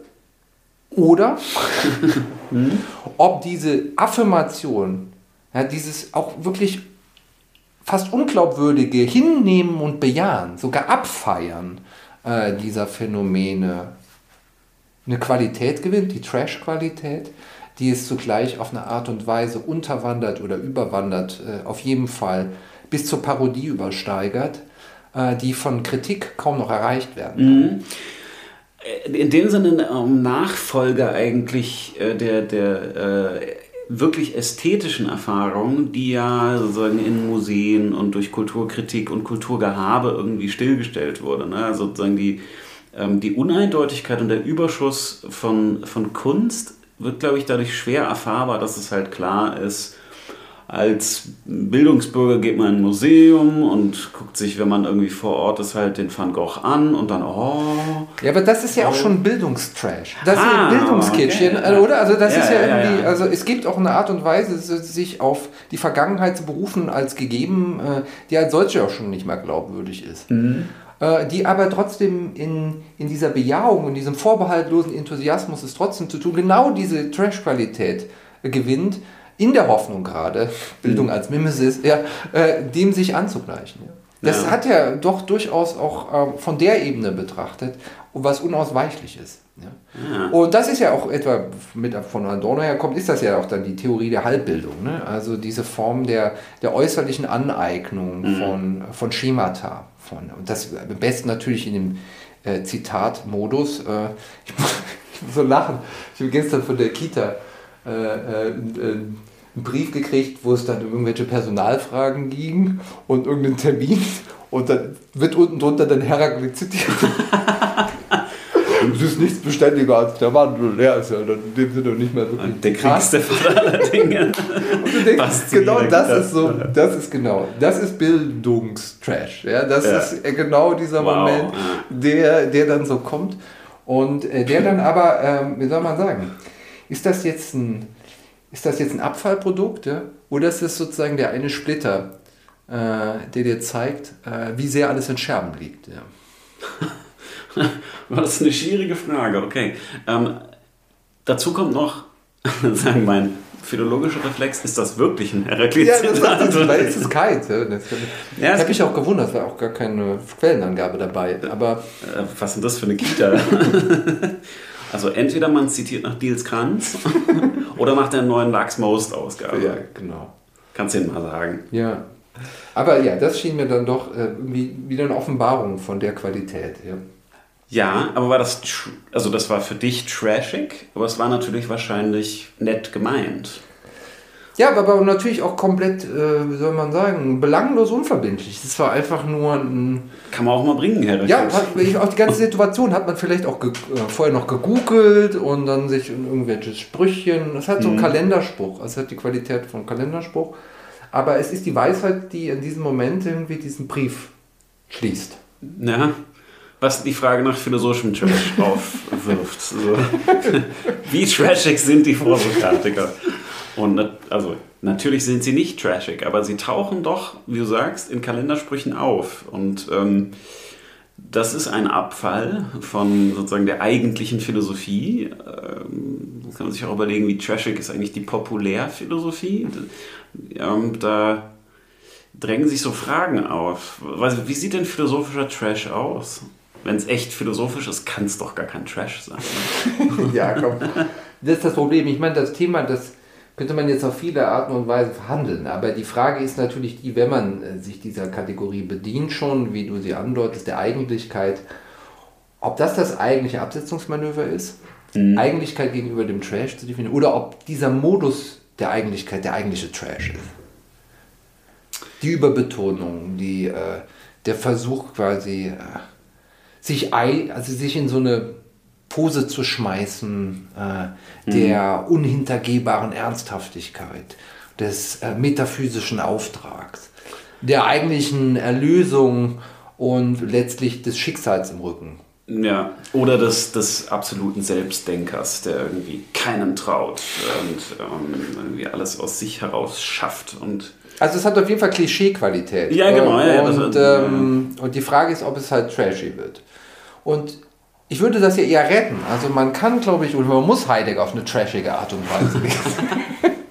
Oder Mhm. ob diese Affirmation, ja, dieses auch wirklich fast unglaubwürdige Hinnehmen und Bejahen, sogar Abfeiern äh, dieser Phänomene eine Qualität gewinnt, die Trash-Qualität, die es zugleich auf eine Art und Weise unterwandert oder überwandert, äh, auf jeden Fall bis zur Parodie übersteigert, äh, die von Kritik kaum noch erreicht werden kann. Mhm. In dem Sinne ein Nachfolger eigentlich äh, der, der äh, wirklich ästhetischen Erfahrung, die ja sozusagen in Museen und durch Kulturkritik und Kulturgehabe irgendwie stillgestellt wurde. Ne? Also sozusagen die, ähm, die Uneindeutigkeit und der Überschuss von, von Kunst wird, glaube ich, dadurch schwer erfahrbar, dass es halt klar ist, als Bildungsbürger geht man in ein Museum und guckt sich, wenn man irgendwie vor Ort ist, halt den Van Gogh an und dann, oh... Ja, aber das ist ja auch schon Bildungstrash. Das ist Ah, ja Bildungskitsch, okay. ja, oder? Also das Ja, ist ja, ja, ja, irgendwie, ja. also es gibt auch eine Art und Weise, sich auf die Vergangenheit zu berufen als gegeben, äh, die als solche auch schon nicht mehr glaubwürdig ist. Mhm. Äh, die aber trotzdem in, in dieser Bejahung, in diesem vorbehaltlosen Enthusiasmus es trotzdem zu tun, genau diese Trash-Qualität äh, gewinnt, in der Hoffnung gerade, Bildung als Mimesis, ja, äh, dem sich anzugleichen. Ja. Das Ja. hat ja doch durchaus auch äh, von der Ebene betrachtet, was unausweichlich ist. Ja. Ja. Und das ist ja auch etwa, mit von Adorno herkommt, ist das ja auch dann die Theorie der Halbbildung. Ne? Also diese Form der, der äußerlichen Aneignung Mhm. von, von Schemata. Von, und das am besten natürlich in dem äh, Zitatmodus. Äh, ich, muss, ich muss so lachen. Ich habe gestern von der Kita äh, äh, äh, einen Brief gekriegt, wo es dann um irgendwelche Personalfragen ging und irgendeinen Termin. Und dann wird unten drunter dann Heraklit zitiert. Es ist nichts beständiger als der Wandel. Ja, ist ja dann in dem Sinne nicht mehr wirklich. Der kriegste Vater aller Dinge. Und du denkst, Passt zu genau jeder das Kita. ist so, das ist genau, das ist Bildungstrash. Ja, das Ja. ist äh, genau dieser Wow, Moment, ja. der, der dann so kommt und äh, der dann aber, ähm, wie soll man sagen, ist das jetzt ein, ist das jetzt ein Abfallprodukt, ja? Oder ist das sozusagen der eine Splitter, äh, der dir zeigt, äh, wie sehr alles in Scherben liegt? Ja. Das ist eine schwierige Frage, okay. Ähm, dazu kommt noch, sagen mein philologischer Reflex, ist das wirklich ein Heraklit? Ja, das, das, das, weil es ist keins. Ja. Das Ja, es habe ich gibt- auch gewundert, es war auch gar keine Quellenangabe dabei. Aber Äh, was ist denn das für eine Kita? Also entweder man zitiert nach Diels Kranz oder nach der neuen Lachs Most Ausgabe. ja, genau. Kannst du ihn mal sagen. Ja. Aber ja, das schien mir dann doch äh, irgendwie wieder eine Offenbarung von der Qualität. Ja. Ja, aber war das, tr- also das war für dich trashig, aber es war natürlich wahrscheinlich nett gemeint. Ja, aber natürlich auch komplett, äh, wie soll man sagen, belanglos unverbindlich. Es war einfach nur ein. Kann man auch mal bringen, Herr Ja, Rickert. hat, ich- auch die ganze Situation hat man vielleicht auch ge äh, vorher noch gegoogelt und dann sich in irgendwelche Sprüchchen. Es hat so einen Mhm. Kalenderspruch, es hat die Qualität von Kalenderspruch. Aber es ist die Weisheit, die in diesem Moment irgendwie diesen Brief schließt. Ja, was die Frage nach philosophischem Trash aufwirft. So. Wie trashig sind die Vorsokratiker? Und also natürlich sind sie nicht trashig, aber sie tauchen doch, wie du sagst, in Kalendersprüchen auf. Und ähm, das ist ein Abfall von sozusagen der eigentlichen Philosophie. Ähm, da kann man sich auch überlegen, wie trashig ist eigentlich die Populärphilosophie. Ähm, da drängen sich so Fragen auf. Wie sieht denn philosophischer Trash aus? Wenn es echt philosophisch ist, kann es doch gar kein Trash sein. Ja, komm. Das ist das Problem. Ich meine, das Thema, das könnte man jetzt auf viele Arten und Weisen verhandeln. Aber die Frage ist natürlich die, wenn man sich dieser Kategorie bedient schon, wie du sie andeutest, der Eigentlichkeit, ob das das eigentliche Absetzungsmanöver ist, mhm. Eigentlichkeit gegenüber dem Trash zu definieren, oder ob dieser Modus der Eigentlichkeit der eigentliche Trash ist. Die Überbetonung, die, äh, der Versuch quasi, äh, sich, ei, also sich in so eine Pose zu schmeißen, äh, der mhm. unhintergehbaren Ernsthaftigkeit, des äh, metaphysischen Auftrags, der eigentlichen Erlösung und letztlich des Schicksals im Rücken. Ja, oder des, des absoluten Selbstdenkers, der irgendwie keinem traut und ähm, irgendwie alles aus sich heraus schafft. Und also es hat auf jeden Fall Klischee-Qualität. Ja, genau. Äh, ja, und, das, ähm, ja. und die Frage ist, ob es halt trashy wird. Und ich würde das ja eher retten. Also man kann, glaube ich, oder man muss Heidegger auf eine trashige Art und Weise lesen.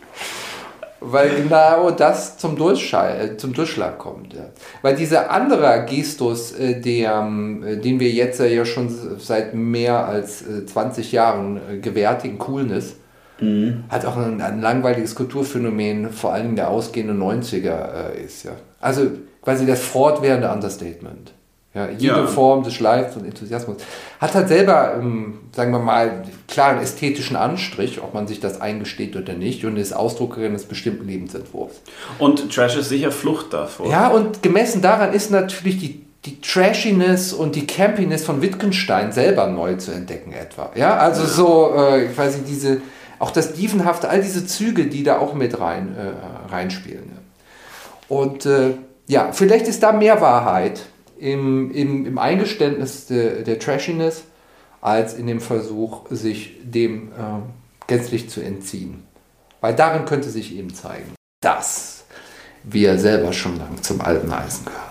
Weil genau das zum, Durchschall, zum Durchschlag kommt. Ja. Weil dieser andere Gestus, äh, der, äh, den wir jetzt äh, ja schon seit mehr als äh, zwanzig Jahren äh, gewärtigen Coolness, mhm. hat auch ein, ein langweiliges Kulturphänomen, vor allem der ausgehenden neunziger äh, ist. Ja. Also quasi das fortwährende Understatement. Ja, jede ja. Form des Schleifs und Enthusiasmus hat halt selber, ähm, sagen wir mal, klaren ästhetischen Anstrich, ob man sich das eingesteht oder nicht, und ist Ausdruck eines bestimmten Lebensentwurfs. Und Trash ist sicher Flucht davor. Ja, und gemessen daran ist natürlich die, die Trashiness und die Campiness von Wittgenstein selber neu zu entdecken etwa. Ja, also ja. so äh, quasi diese, auch das Dievenhafte, all diese Züge, die da auch mit rein, äh, reinspielen. Ja. Und äh, ja, vielleicht ist da mehr Wahrheit Im, im, im Eingeständnis de, der Trashiness, als in dem Versuch, sich dem äh, gänzlich zu entziehen. Weil darin könnte sich eben zeigen, dass wir selber schon lang zum alten Eisen gehören.